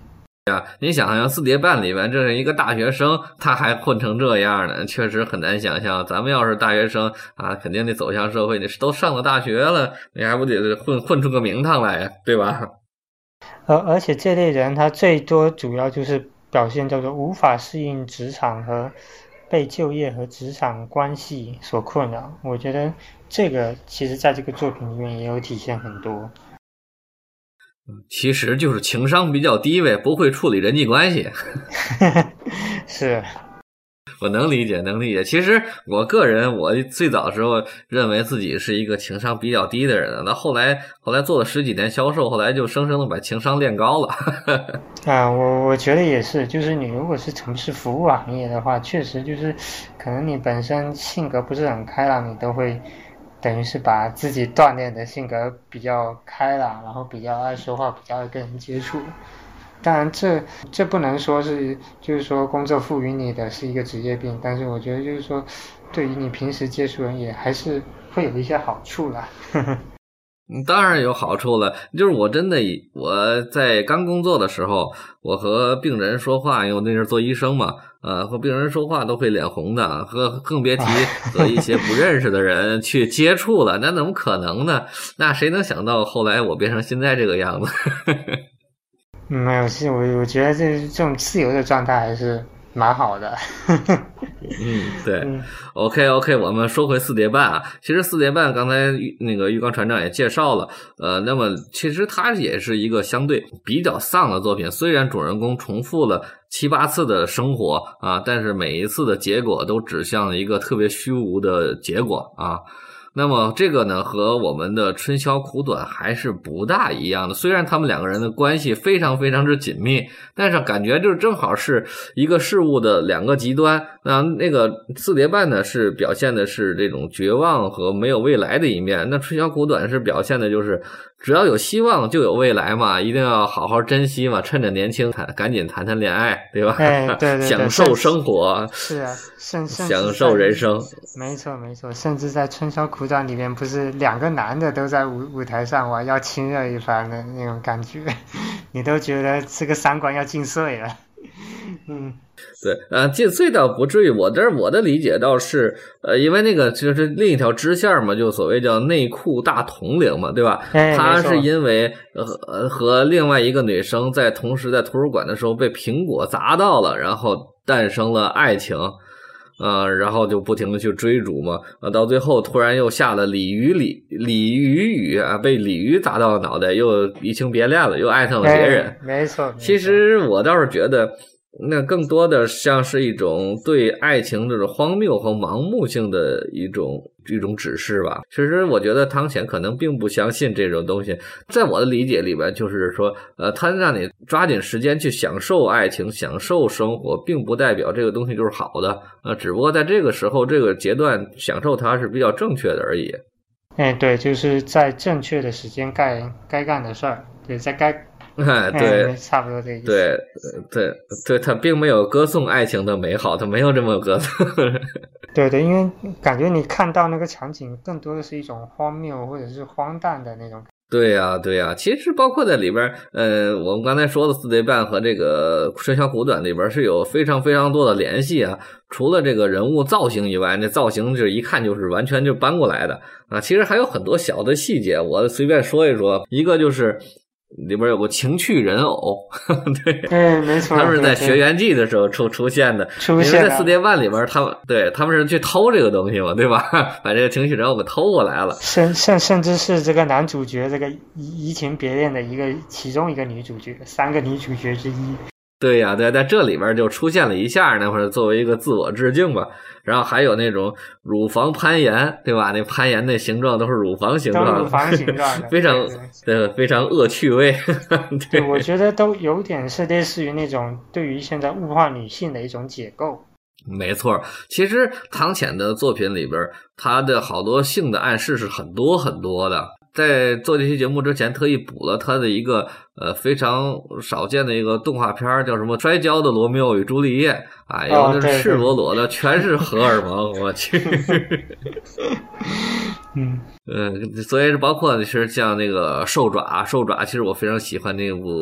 呀，你想想四叠半里面这是一个大学生，他还混成这样呢，确实很难想象。咱们要是大学生啊，肯定得走向社会，你都上了大学了，你还不得混混出个名堂来呀，对吧？ 而而且这类人他最多主要就是表现叫做无法适应职场和被就业和职场关系所困扰。我觉得这个其实在这个作品里面也有体现很多。 其实就是情商比较低呗，不会处理人际关系。 是， 我能理解，能理解。其实我个人，我最早的时候认为自己是一个情商比较低的人，那后来后来做了十几年销售，后来就生生的把情商练高了。 啊，我我觉得也是，就是你如果是从事服务行业的话，确实就是可能你本身性格不是很开朗，你都会等于是把自己锻炼的性格比较开朗，然后比较爱说话，比较爱跟人接触。当然这这不能说是就是说工作赋予你的是一个职业病，但是我觉得就是说对于你平时接触人也还是会有一些好处啦。 当然有好处了，就是我真的我在刚工作的时候，我和病人说话，因为我那阵做医生嘛，呃，和病人说话都会脸红的，和更别提和一些不认识的人去接触了，那怎么可能呢？那谁能想到后来我变成现在这个样子？ 没有，是我我觉得这这种自由的状态还是蛮好的。 嗯，对。嗯 OK OK， 我们说回四叠半啊，其实四叠半刚才那个玉刚船长也介绍了，呃，那么其实它也是一个相对比较丧的作品，虽然主人公重复了七八次的生活啊，但是每一次的结果都指向了一个特别虚无的结果啊。那么这个呢和我们的春宵苦短还是不大一样的，虽然他们两个人的关系非常非常之紧密，但是感觉就是正好是一个事物的两个极端。那那个四叠半呢是表现的是这种绝望和没有未来的一面，那春宵苦短是表现的就是只要有希望就有未来嘛，一定要好好珍惜嘛，趁着年轻谈赶紧谈谈恋爱，对吧？ 哎，对对对， 享受生活。 是啊，甚甚享受人生。 没错没错，甚至在春宵苦短里面，不是两个男的都在舞舞台上玩要亲热一番的那种感觉，你都觉得这个三观要尽碎了。嗯， 对，呃，尽碎倒不至于，我这我的理解倒是，呃，因为那个就是另一条支线嘛，就所谓叫内裤大统领嘛，对吧？ 哎， 他是因为呃和另外一个女生在同时在图书馆的时候被苹果砸到了，然后诞生了爱情。呃，然后就不停的去追逐嘛，呃，到最后突然又下了鲤鱼鲤鲤鱼雨啊，被鲤鱼砸到了脑袋，又移情别恋了，又爱上了别人。 哎、没错， 其实我倒是觉得，那更多的像是一种对爱情这种荒谬和盲目性的一种一种指示吧。其实我觉得汤浅可能并不相信这种东西，在我的理解里边，就是说，呃，他让你抓紧时间去享受爱情、享受生活，并不代表这个东西就是好的，呃，只不过在这个时候、这个阶段享受它是比较正确的而已。 哎，对，就是在正确的时间该该干的事儿，对，在该。 哎，对、 嗯，差不多这个意思。 对，对，对，他并没有歌颂爱情的美好，他没有这么歌颂。 对对，因为感觉你看到那个场景，更多的是一种荒谬或者是荒诞的那种。 对呀、啊，对呀、啊，其实包括在里边，呃，我们刚才说的四叠半和这个春宵苦短里边是有非常非常多的联系啊。除了这个人物造型以外，那造型就一看就是完全就搬过来的啊。其实还有很多小的细节，我随便说一说，一个就是。里边有个情趣人偶，对， 嗯，没错， 他们是在学园记的时候出出现的， 出现因为在四叠半里边，他们对他们是去偷这个东西嘛，对吧？把这个情趣人偶给偷过来了， 甚甚甚至是这个男主角这个移情别恋的一个其中一个女主角，三个女主角之一。 对呀、啊，对，在这里边就出现了一下，那会儿作为一个自我致敬吧。然后还有那种乳房攀岩，对吧？那攀岩那形状都是乳房形状的， 乳房形状的， 非常对，非常恶趣味。 对，我觉得都有点是类似于那种对于现在物化女性的一种解构。 没错，其实汤浅的作品里边，他的好多性的暗示是很多很多的。在做这期节目之前，特意补了他的一个呃非常少见的一个动画片，叫什么《摔跤的罗密欧与朱丽叶》啊，有的是赤裸裸的，全是荷尔蒙，我去。 嗯嗯，所以是包括是像那个兽爪，兽爪，其实我非常喜欢那部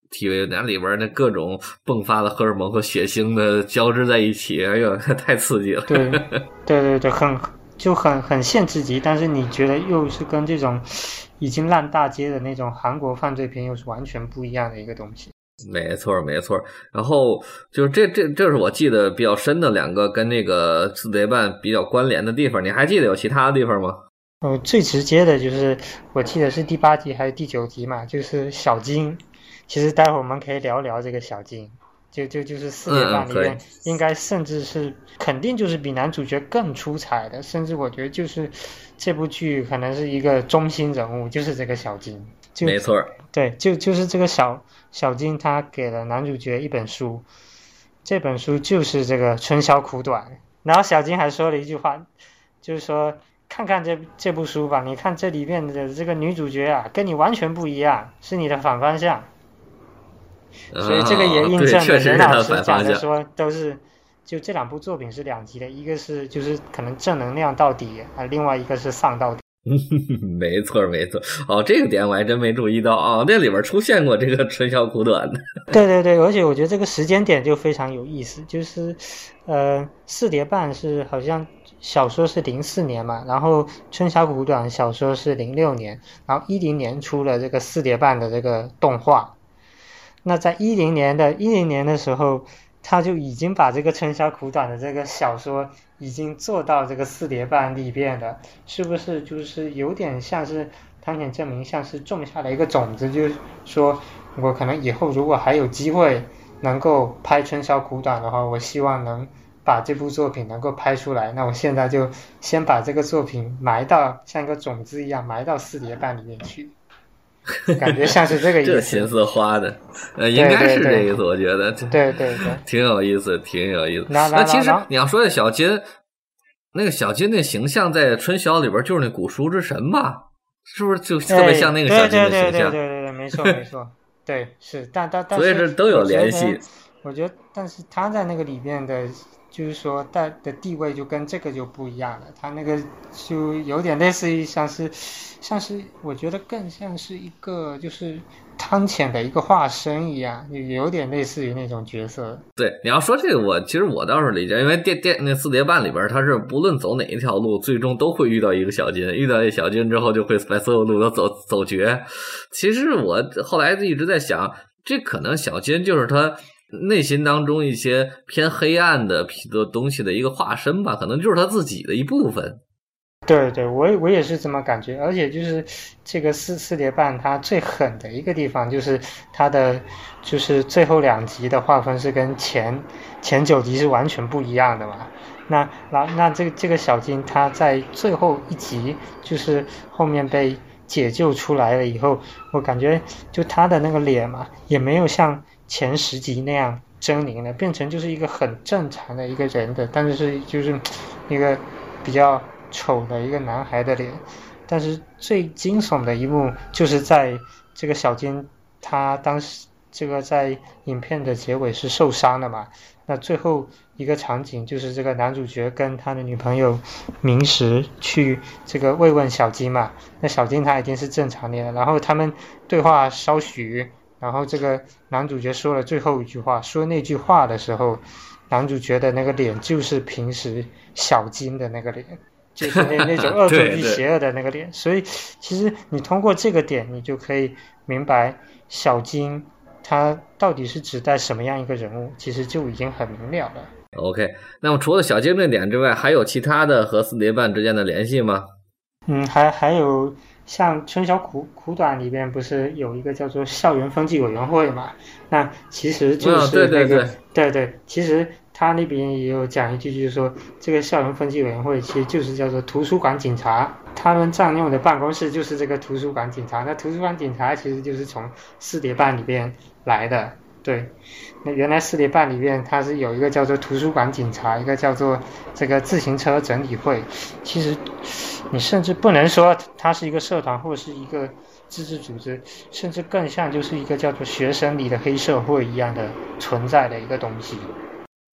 T V， 那里边那各种迸发的荷尔蒙和血腥的交织在一起，哎呦，太刺激了。 对，对对对，很就很很限制级，但是你觉得又是跟这种已经烂大街的那种韩国犯罪片又是完全不一样的一个东西。 没错没错，然后就是这这这是我记得比较深的两个跟那个四叠半比较关联的地方，你还记得有其他的地方吗？ 呃，最直接的就是我记得是第八集还是第九集嘛，就是小金。其实待会儿我们可以聊聊这个小金，就就就是四叠半里面应该甚至是肯定就是比男主角更出彩的，甚至我觉得就是这部剧可能是一个中心人物，就是这个小金。 没错， 对，就就是这个小小金，他给了男主角一本书，这本书就是这个春宵苦短。然后小金还说了一句话，就是说看看这这部书吧，你看这里面的这个女主角啊，跟你完全不一样，是你的反方向。所以这个也印证了任老师讲的说，都是就这两部作品是两极的，一个是就是可能正能量到底啊，另外一个是丧到底。 没错没错，哦，这个点我还真没注意到啊、哦，那里边出现过这个春宵苦短的。 对对对，而且我觉得这个时间点就非常有意思，就是呃，四叠半是好像小说是零四年嘛，然后春宵苦短小说是零六年，然后一零年出了这个四叠半的这个动画。那在一零年的一零年的时候，他就已经把这个春宵苦短的这个小说已经做到这个四叠半里边了，是不是就是有点像是汤浅证明像是种下了一个种子，就是说我可能以后如果还有机会能够拍春宵苦短的话，我希望能把这部作品能够拍出来，那我现在就先把这个作品埋到像一个种子一样埋到四叠半里面去。感觉像是这个意思， 这心思花的，呃，应该是这意思，我觉得， 对对对， 挺有意思，挺有意思。那, 那其实你要说的小金，那个小金那形象在春宵里边就是那古书之神吧？是不是就特别像那个小金的形象？ 对对对对对对，没错没错，对是，但但但是， 所以这都有联系。 我觉得，但是他在那个里面的。就是说带的地位就跟这个就不一样了，他那个就有点类似于像是像是我觉得更像是一个就是汤浅的一个化身一样，有点类似于那种角色。 对，你要说这个我其实我倒是理解，因为电电那四叠半里边他是不论走哪一条路最终都会遇到一个小金，遇到一小金之后就会把所有路都走走绝。其实我后来一直在想，这可能小金就是他内心当中一些偏黑暗的东西的一个化身吧，可能就是他自己的一部分。 对对，我我也是这么感觉，而且就是这个四四叠半它最狠的一个地方就是它的就是最后两集的划分是跟前前九集是完全不一样的嘛。那那那这个这个小金他在最后一集就是后面被解救出来了以后，我感觉就他的那个脸嘛，也没有像前十集那样狰狞了，变成就是一个很正常的一个人的，但是就是一个比较丑的一个男孩的脸。但是最惊悚的一幕就是在这个小金他当时这个在影片的结尾是受伤了嘛，那最后一个场景就是这个男主角跟他的女朋友明石去这个慰问小金嘛，那小金他已经是正常脸了，然后他们对话稍许，然后这个男主角说了最后一句话，说那句话的时候，男主角的那个脸就是平时小金的那个脸，就是那那种恶作剧邪恶的那个脸。所以其实你通过这个点你就可以明白小金他到底是指代什么样一个人物，其实就已经很明了了。 OK， 那么除了小金这点之外，还有其他的和四叠半之间的联系吗？ 嗯，还还有像春宵苦苦短里边不是有一个叫做校园风纪委员会嘛，那其实就是那个、哦、对对对对对，其实他那边也有讲一句，就是说这个校园风纪委员会其实就是叫做图书馆警察，他们占用的办公室就是这个图书馆警察，那图书馆警察其实就是从四叠半里边来的。对，那原来四叠半里面它是有一个叫做图书馆警察，一个叫做这个自行车整理会，其实你甚至不能说它是一个社团或者是一个自治组织，甚至更像就是一个叫做学生里的黑社会一样的存在的一个东西。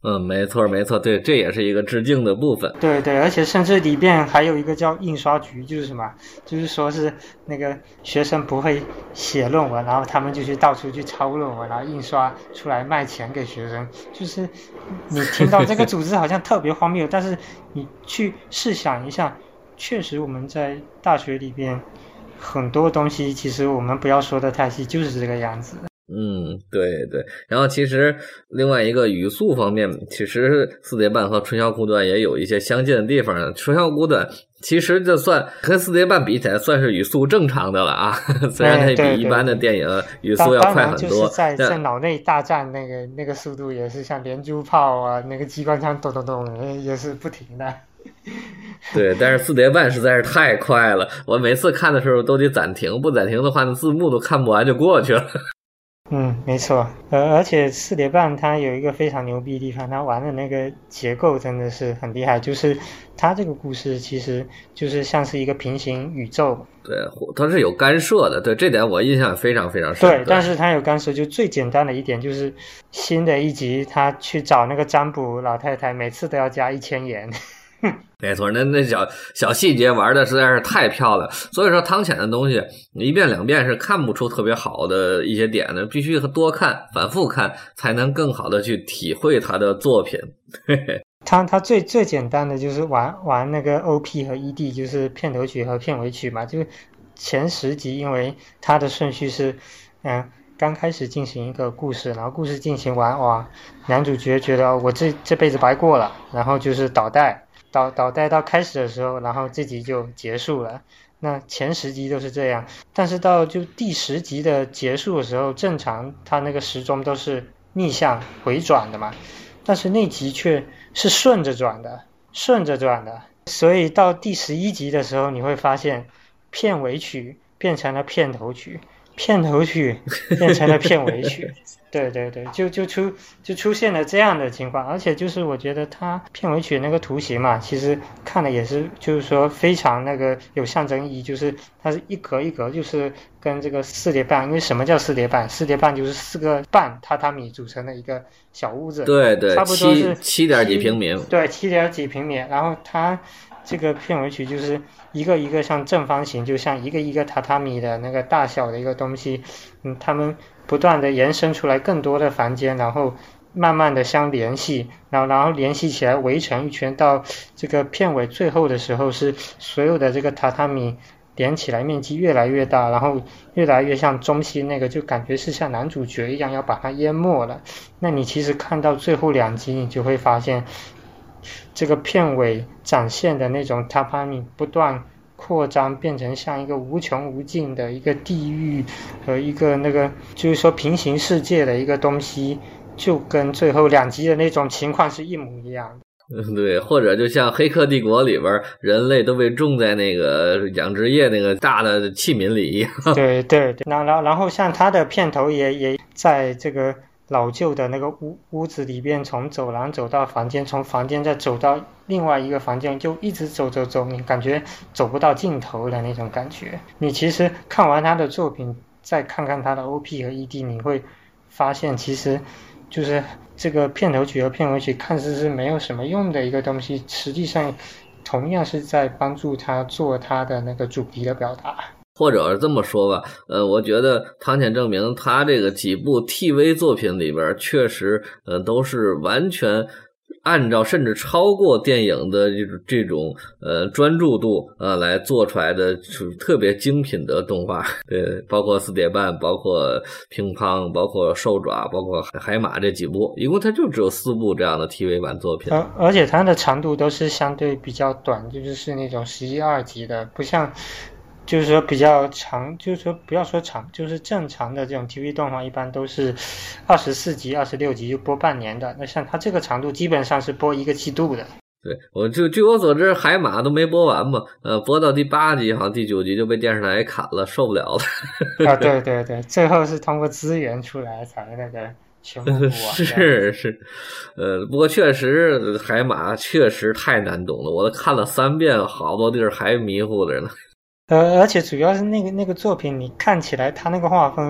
嗯，没错没错，对，这也是一个致敬的部分。 对对，而且甚至里边还有一个叫印刷局，就是什么，就是说是那个学生不会写论文，然后他们就去到处去抄论文，然后印刷出来卖钱给学生。就是你听到这个组织好像特别荒谬，但是你去试想一下，确实我们在大学里边很多东西，其实我们不要说的太细，就是这个样子。 嗯，对对，然后其实另外一个语速方面，其实四叠半和春宵苦短也有一些相近的地方。春宵苦短其实就算跟四叠半比起来，算是语速正常的了啊，虽然它比一般的电影语速要快很多。 就是在在脑内大战那个那个速度也是像连珠炮啊，那个机关枪咚咚咚也是不停的。 对，但是四叠半实在是太快了，我每次看的时候都得暂停，不暂停的话，那字幕都看不完就过去了。 嗯，没错，呃，而且四叠半它有一个非常牛逼的地方，它玩的那个结构真的是很厉害，就是它这个故事其实就是像是一个平行宇宙。 对，它是有干涉的，对，这点我印象非常非常深。 对，但是它有干涉，就最简单的一点就是新的一集他去找那个占卜老太太，每次都要加一千元。 没错，那那小小细节玩的实在是太漂亮，所以说汤浅的东西一遍两遍是看不出特别好的一些点的，必须多看反复看才能更好的去体会他的作品。 他他最最简单的就是玩玩那个 O P 和 E D， 就是片头曲和片尾曲嘛，就是前十集因为它的顺序是嗯刚开始进行一个故事，然后故事进行完，哇，男主角觉得我这这辈子白过了，然后就是倒带倒倒带到开始的时候，然后这集就结束了。那前十集都是这样，但是到就第十集的结束的时候，正常它那个时钟都是逆向回转的嘛，但是那集却是顺着转的，顺着转的。所以到第十一集的时候，你会发现片尾曲变成了片头曲，片头曲变成了片尾曲。对对对，就就出就出现了这样的情况，而且就是我觉得它片尾曲那个图形嘛，其实看的也是就是说非常那个有象征意义，就是它是一格一格，就是跟这个四叠半，因为什么叫四叠半？四叠半就是四个半榻榻米组成的一个小屋子， 对对， 差不多是七点几平米， 对，七点几平米，然后它这个片尾曲就是一个一个像正方形，就像一个一个榻榻米的那个大小的一个东西，嗯，他们不断的延伸出来更多的房间，然后慢慢的相联系，然后然后联系起来围成一圈，到这个片尾最后的时候是所有的这个榻榻米连起来面积越来越大，然后越来越像中心那个，就感觉是像男主角一样要把它淹没了。那你其实看到最后两集，你就会发现这个片尾展现的那种榻榻米不断扩张，变成像一个无穷无尽的一个地狱和一个那个就是说平行世界的一个东西，就跟最后两集的那种情况是一模一样的。 嗯，对，或者就像《黑客帝国》里边，人类都被种在那个养殖业那个大的器皿里一样。 对对对，然后然后像它的片头也也在这个老旧的那个屋屋子里边，从走廊走到房间，从房间再走到另外一个房间，就一直走走走，你感觉走不到尽头的那种感觉。你其实看完他的作品，再看看他的 O P 和 E D， 你会发现其实就是这个片头曲和片尾曲看似是没有什么用的一个东西，实际上同样是在帮助他做他的那个主题的表达。 或者这么说吧，呃，我觉得汤浅证明他这个几部 T V 作品里边，确实，呃，都是完全按照甚至超过电影的这种这种呃专注度啊、呃、来做出来的特别精品的动画，对，包括四叠半，包括乒乓，包括兽爪，包括海马这几部，一共它就只有四部这样的 T V 版作品， 而而且它的长度都是相对比较短，就是那种十一二集的，不像。就是说比较长，就是说不要说长，就是正常的这种 T V 动画一般都是二十四集、二十六集就播半年的。那像它这个长度基本上是播一个季度的。 对，我就据我所知，海马都没播完嘛，呃，播到第八集，好像第九集就被电视台砍了，受不了了。 啊，对对对，最后是通过资源出来才那个全部播完。 是是，呃，不过确实海马确实太难懂了，我都看了三遍，好多地儿还迷糊着呢。 呃，而且主要是那个那个作品，你看起来它那个画风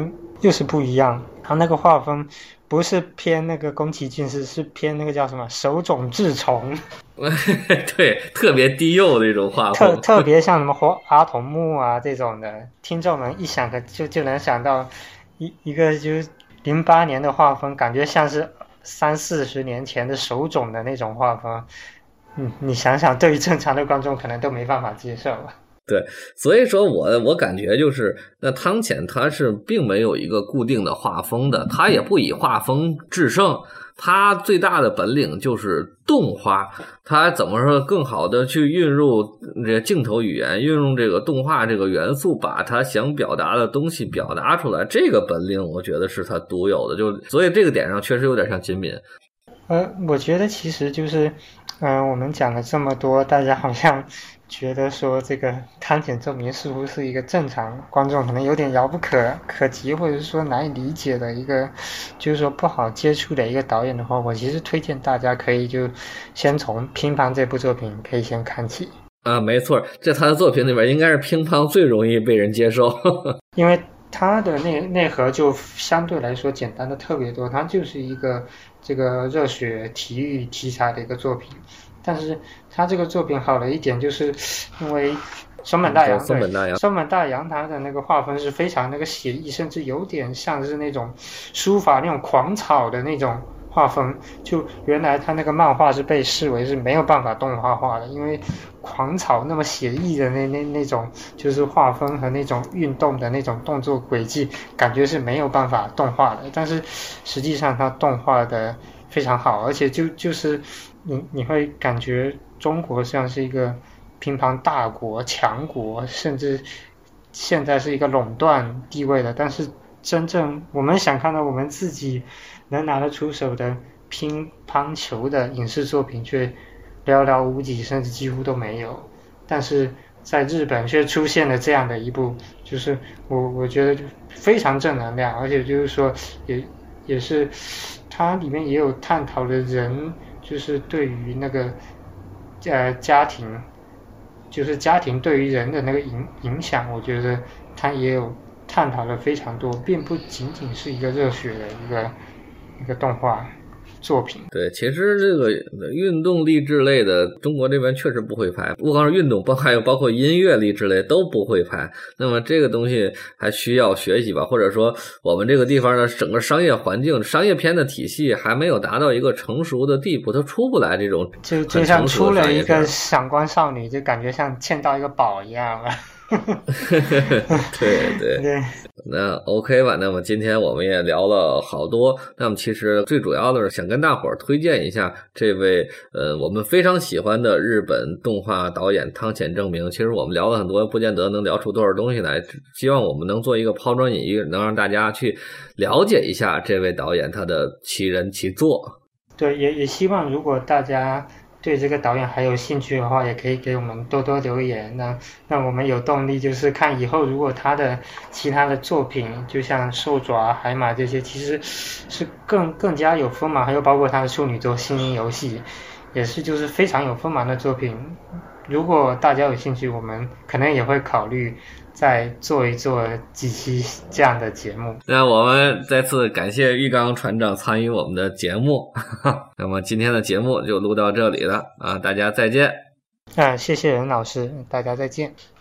又是不一样。他那个画风不是偏那个宫崎骏，是是偏那个叫什么手冢治虫对，特别低幼的一种画特风， 特别像什么花阿童木啊这种的，听众们一想可就就能想到一一个就是零八年的画风，感觉像是三四十年前的手冢的那种画风。嗯，你想想，对于正常的观众可能都没办法接受。 对，所以说我我感觉就是那汤浅他是并没有一个固定的画风的，他也不以画风制胜，他最大的本领就是动画，他怎么说更好的去运入这镜头语言，运用这个动画这个元素，把他想表达的东西表达出来，这个本领我觉得是他独有的，就所以这个点上确实有点像金敏。 呃，我觉得其实就是，嗯、呃，我们讲了这么多，大家好像觉得说这个汤浅证明似乎是一个正常观众可能有点遥不可可及，或者是说难以理解的一个，就是说不好接触的一个导演的话，我其实推荐大家可以就先从《乒乓》这部作品可以先看起。 啊，没错，这他的作品里边应该是乒乓最容易被人接受， 因为它的内内核就相对来说简单的特别多，它就是一个这个热血体育题材的一个作品。但是它这个作品好的一点，就是因为松本大洋， 松本大洋， 松本大洋他的那个画风是非常那个写意，甚至有点像是那种书法那种狂草的那种画风。就原来他那个漫画是被视为是没有办法动画化的，因为狂草那么写意的那那那种就是画风和那种运动的那种动作轨迹，感觉是没有办法动画的。但是实际上它动画的非常好，而且就就是你你会感觉中国像是一个乒乓大国强国，甚至现在是一个垄断地位的，但是真正我们想看到我们自己能拿得出手的乒乓球的影视作品却寥寥无几，甚至几乎都没有。但是在日本却出现了这样的一部，就是我我觉得非常正能量，而且就是说也也是它里面也有探讨的人，就是对于那个呃家庭，就是家庭对于人的那个影影响，我觉得它也有探讨了非常多，并不仅仅是一个热血的一个一个动画作品。 对，其实这个运动励志类的中国这边确实不会拍，不光是运动，包还有包括音乐励志类都不会拍。那么这个东西还需要学习吧，或者说我们这个地方的整个商业环境、商业片的体系还没有达到一个成熟的地步，它出不来这种就就像出了一个闪光少女，就感觉像欠到一个宝一样了。 对对对，那 OK 吧。那么今天我们也聊了好多，那么其实最主要的是想跟大伙儿推荐一下这位呃我们非常喜欢的日本动画导演汤浅政明。其实我们聊了很多，不见得能聊出多少东西来，希望我们能做一个抛砖引玉，能让大家去了解一下这位导演他的其人其作。 对，也也希望如果大家对这个导演还有兴趣的话，也可以给我们多多留言，那让我们有动力，就是看以后如果他的其他的作品，就像兽爪、海马这些，其实是更更加有锋芒，还有包括他的处女作《心灵游戏》，也是就是非常有锋芒的作品。如果大家有兴趣，我们可能也会考虑再做一做几期这样的节目。 那我们再次感谢玉刚船长参与我们的节目。那么今天的节目就录到这里了啊，大家再见。 啊，谢谢任老师，大家再见。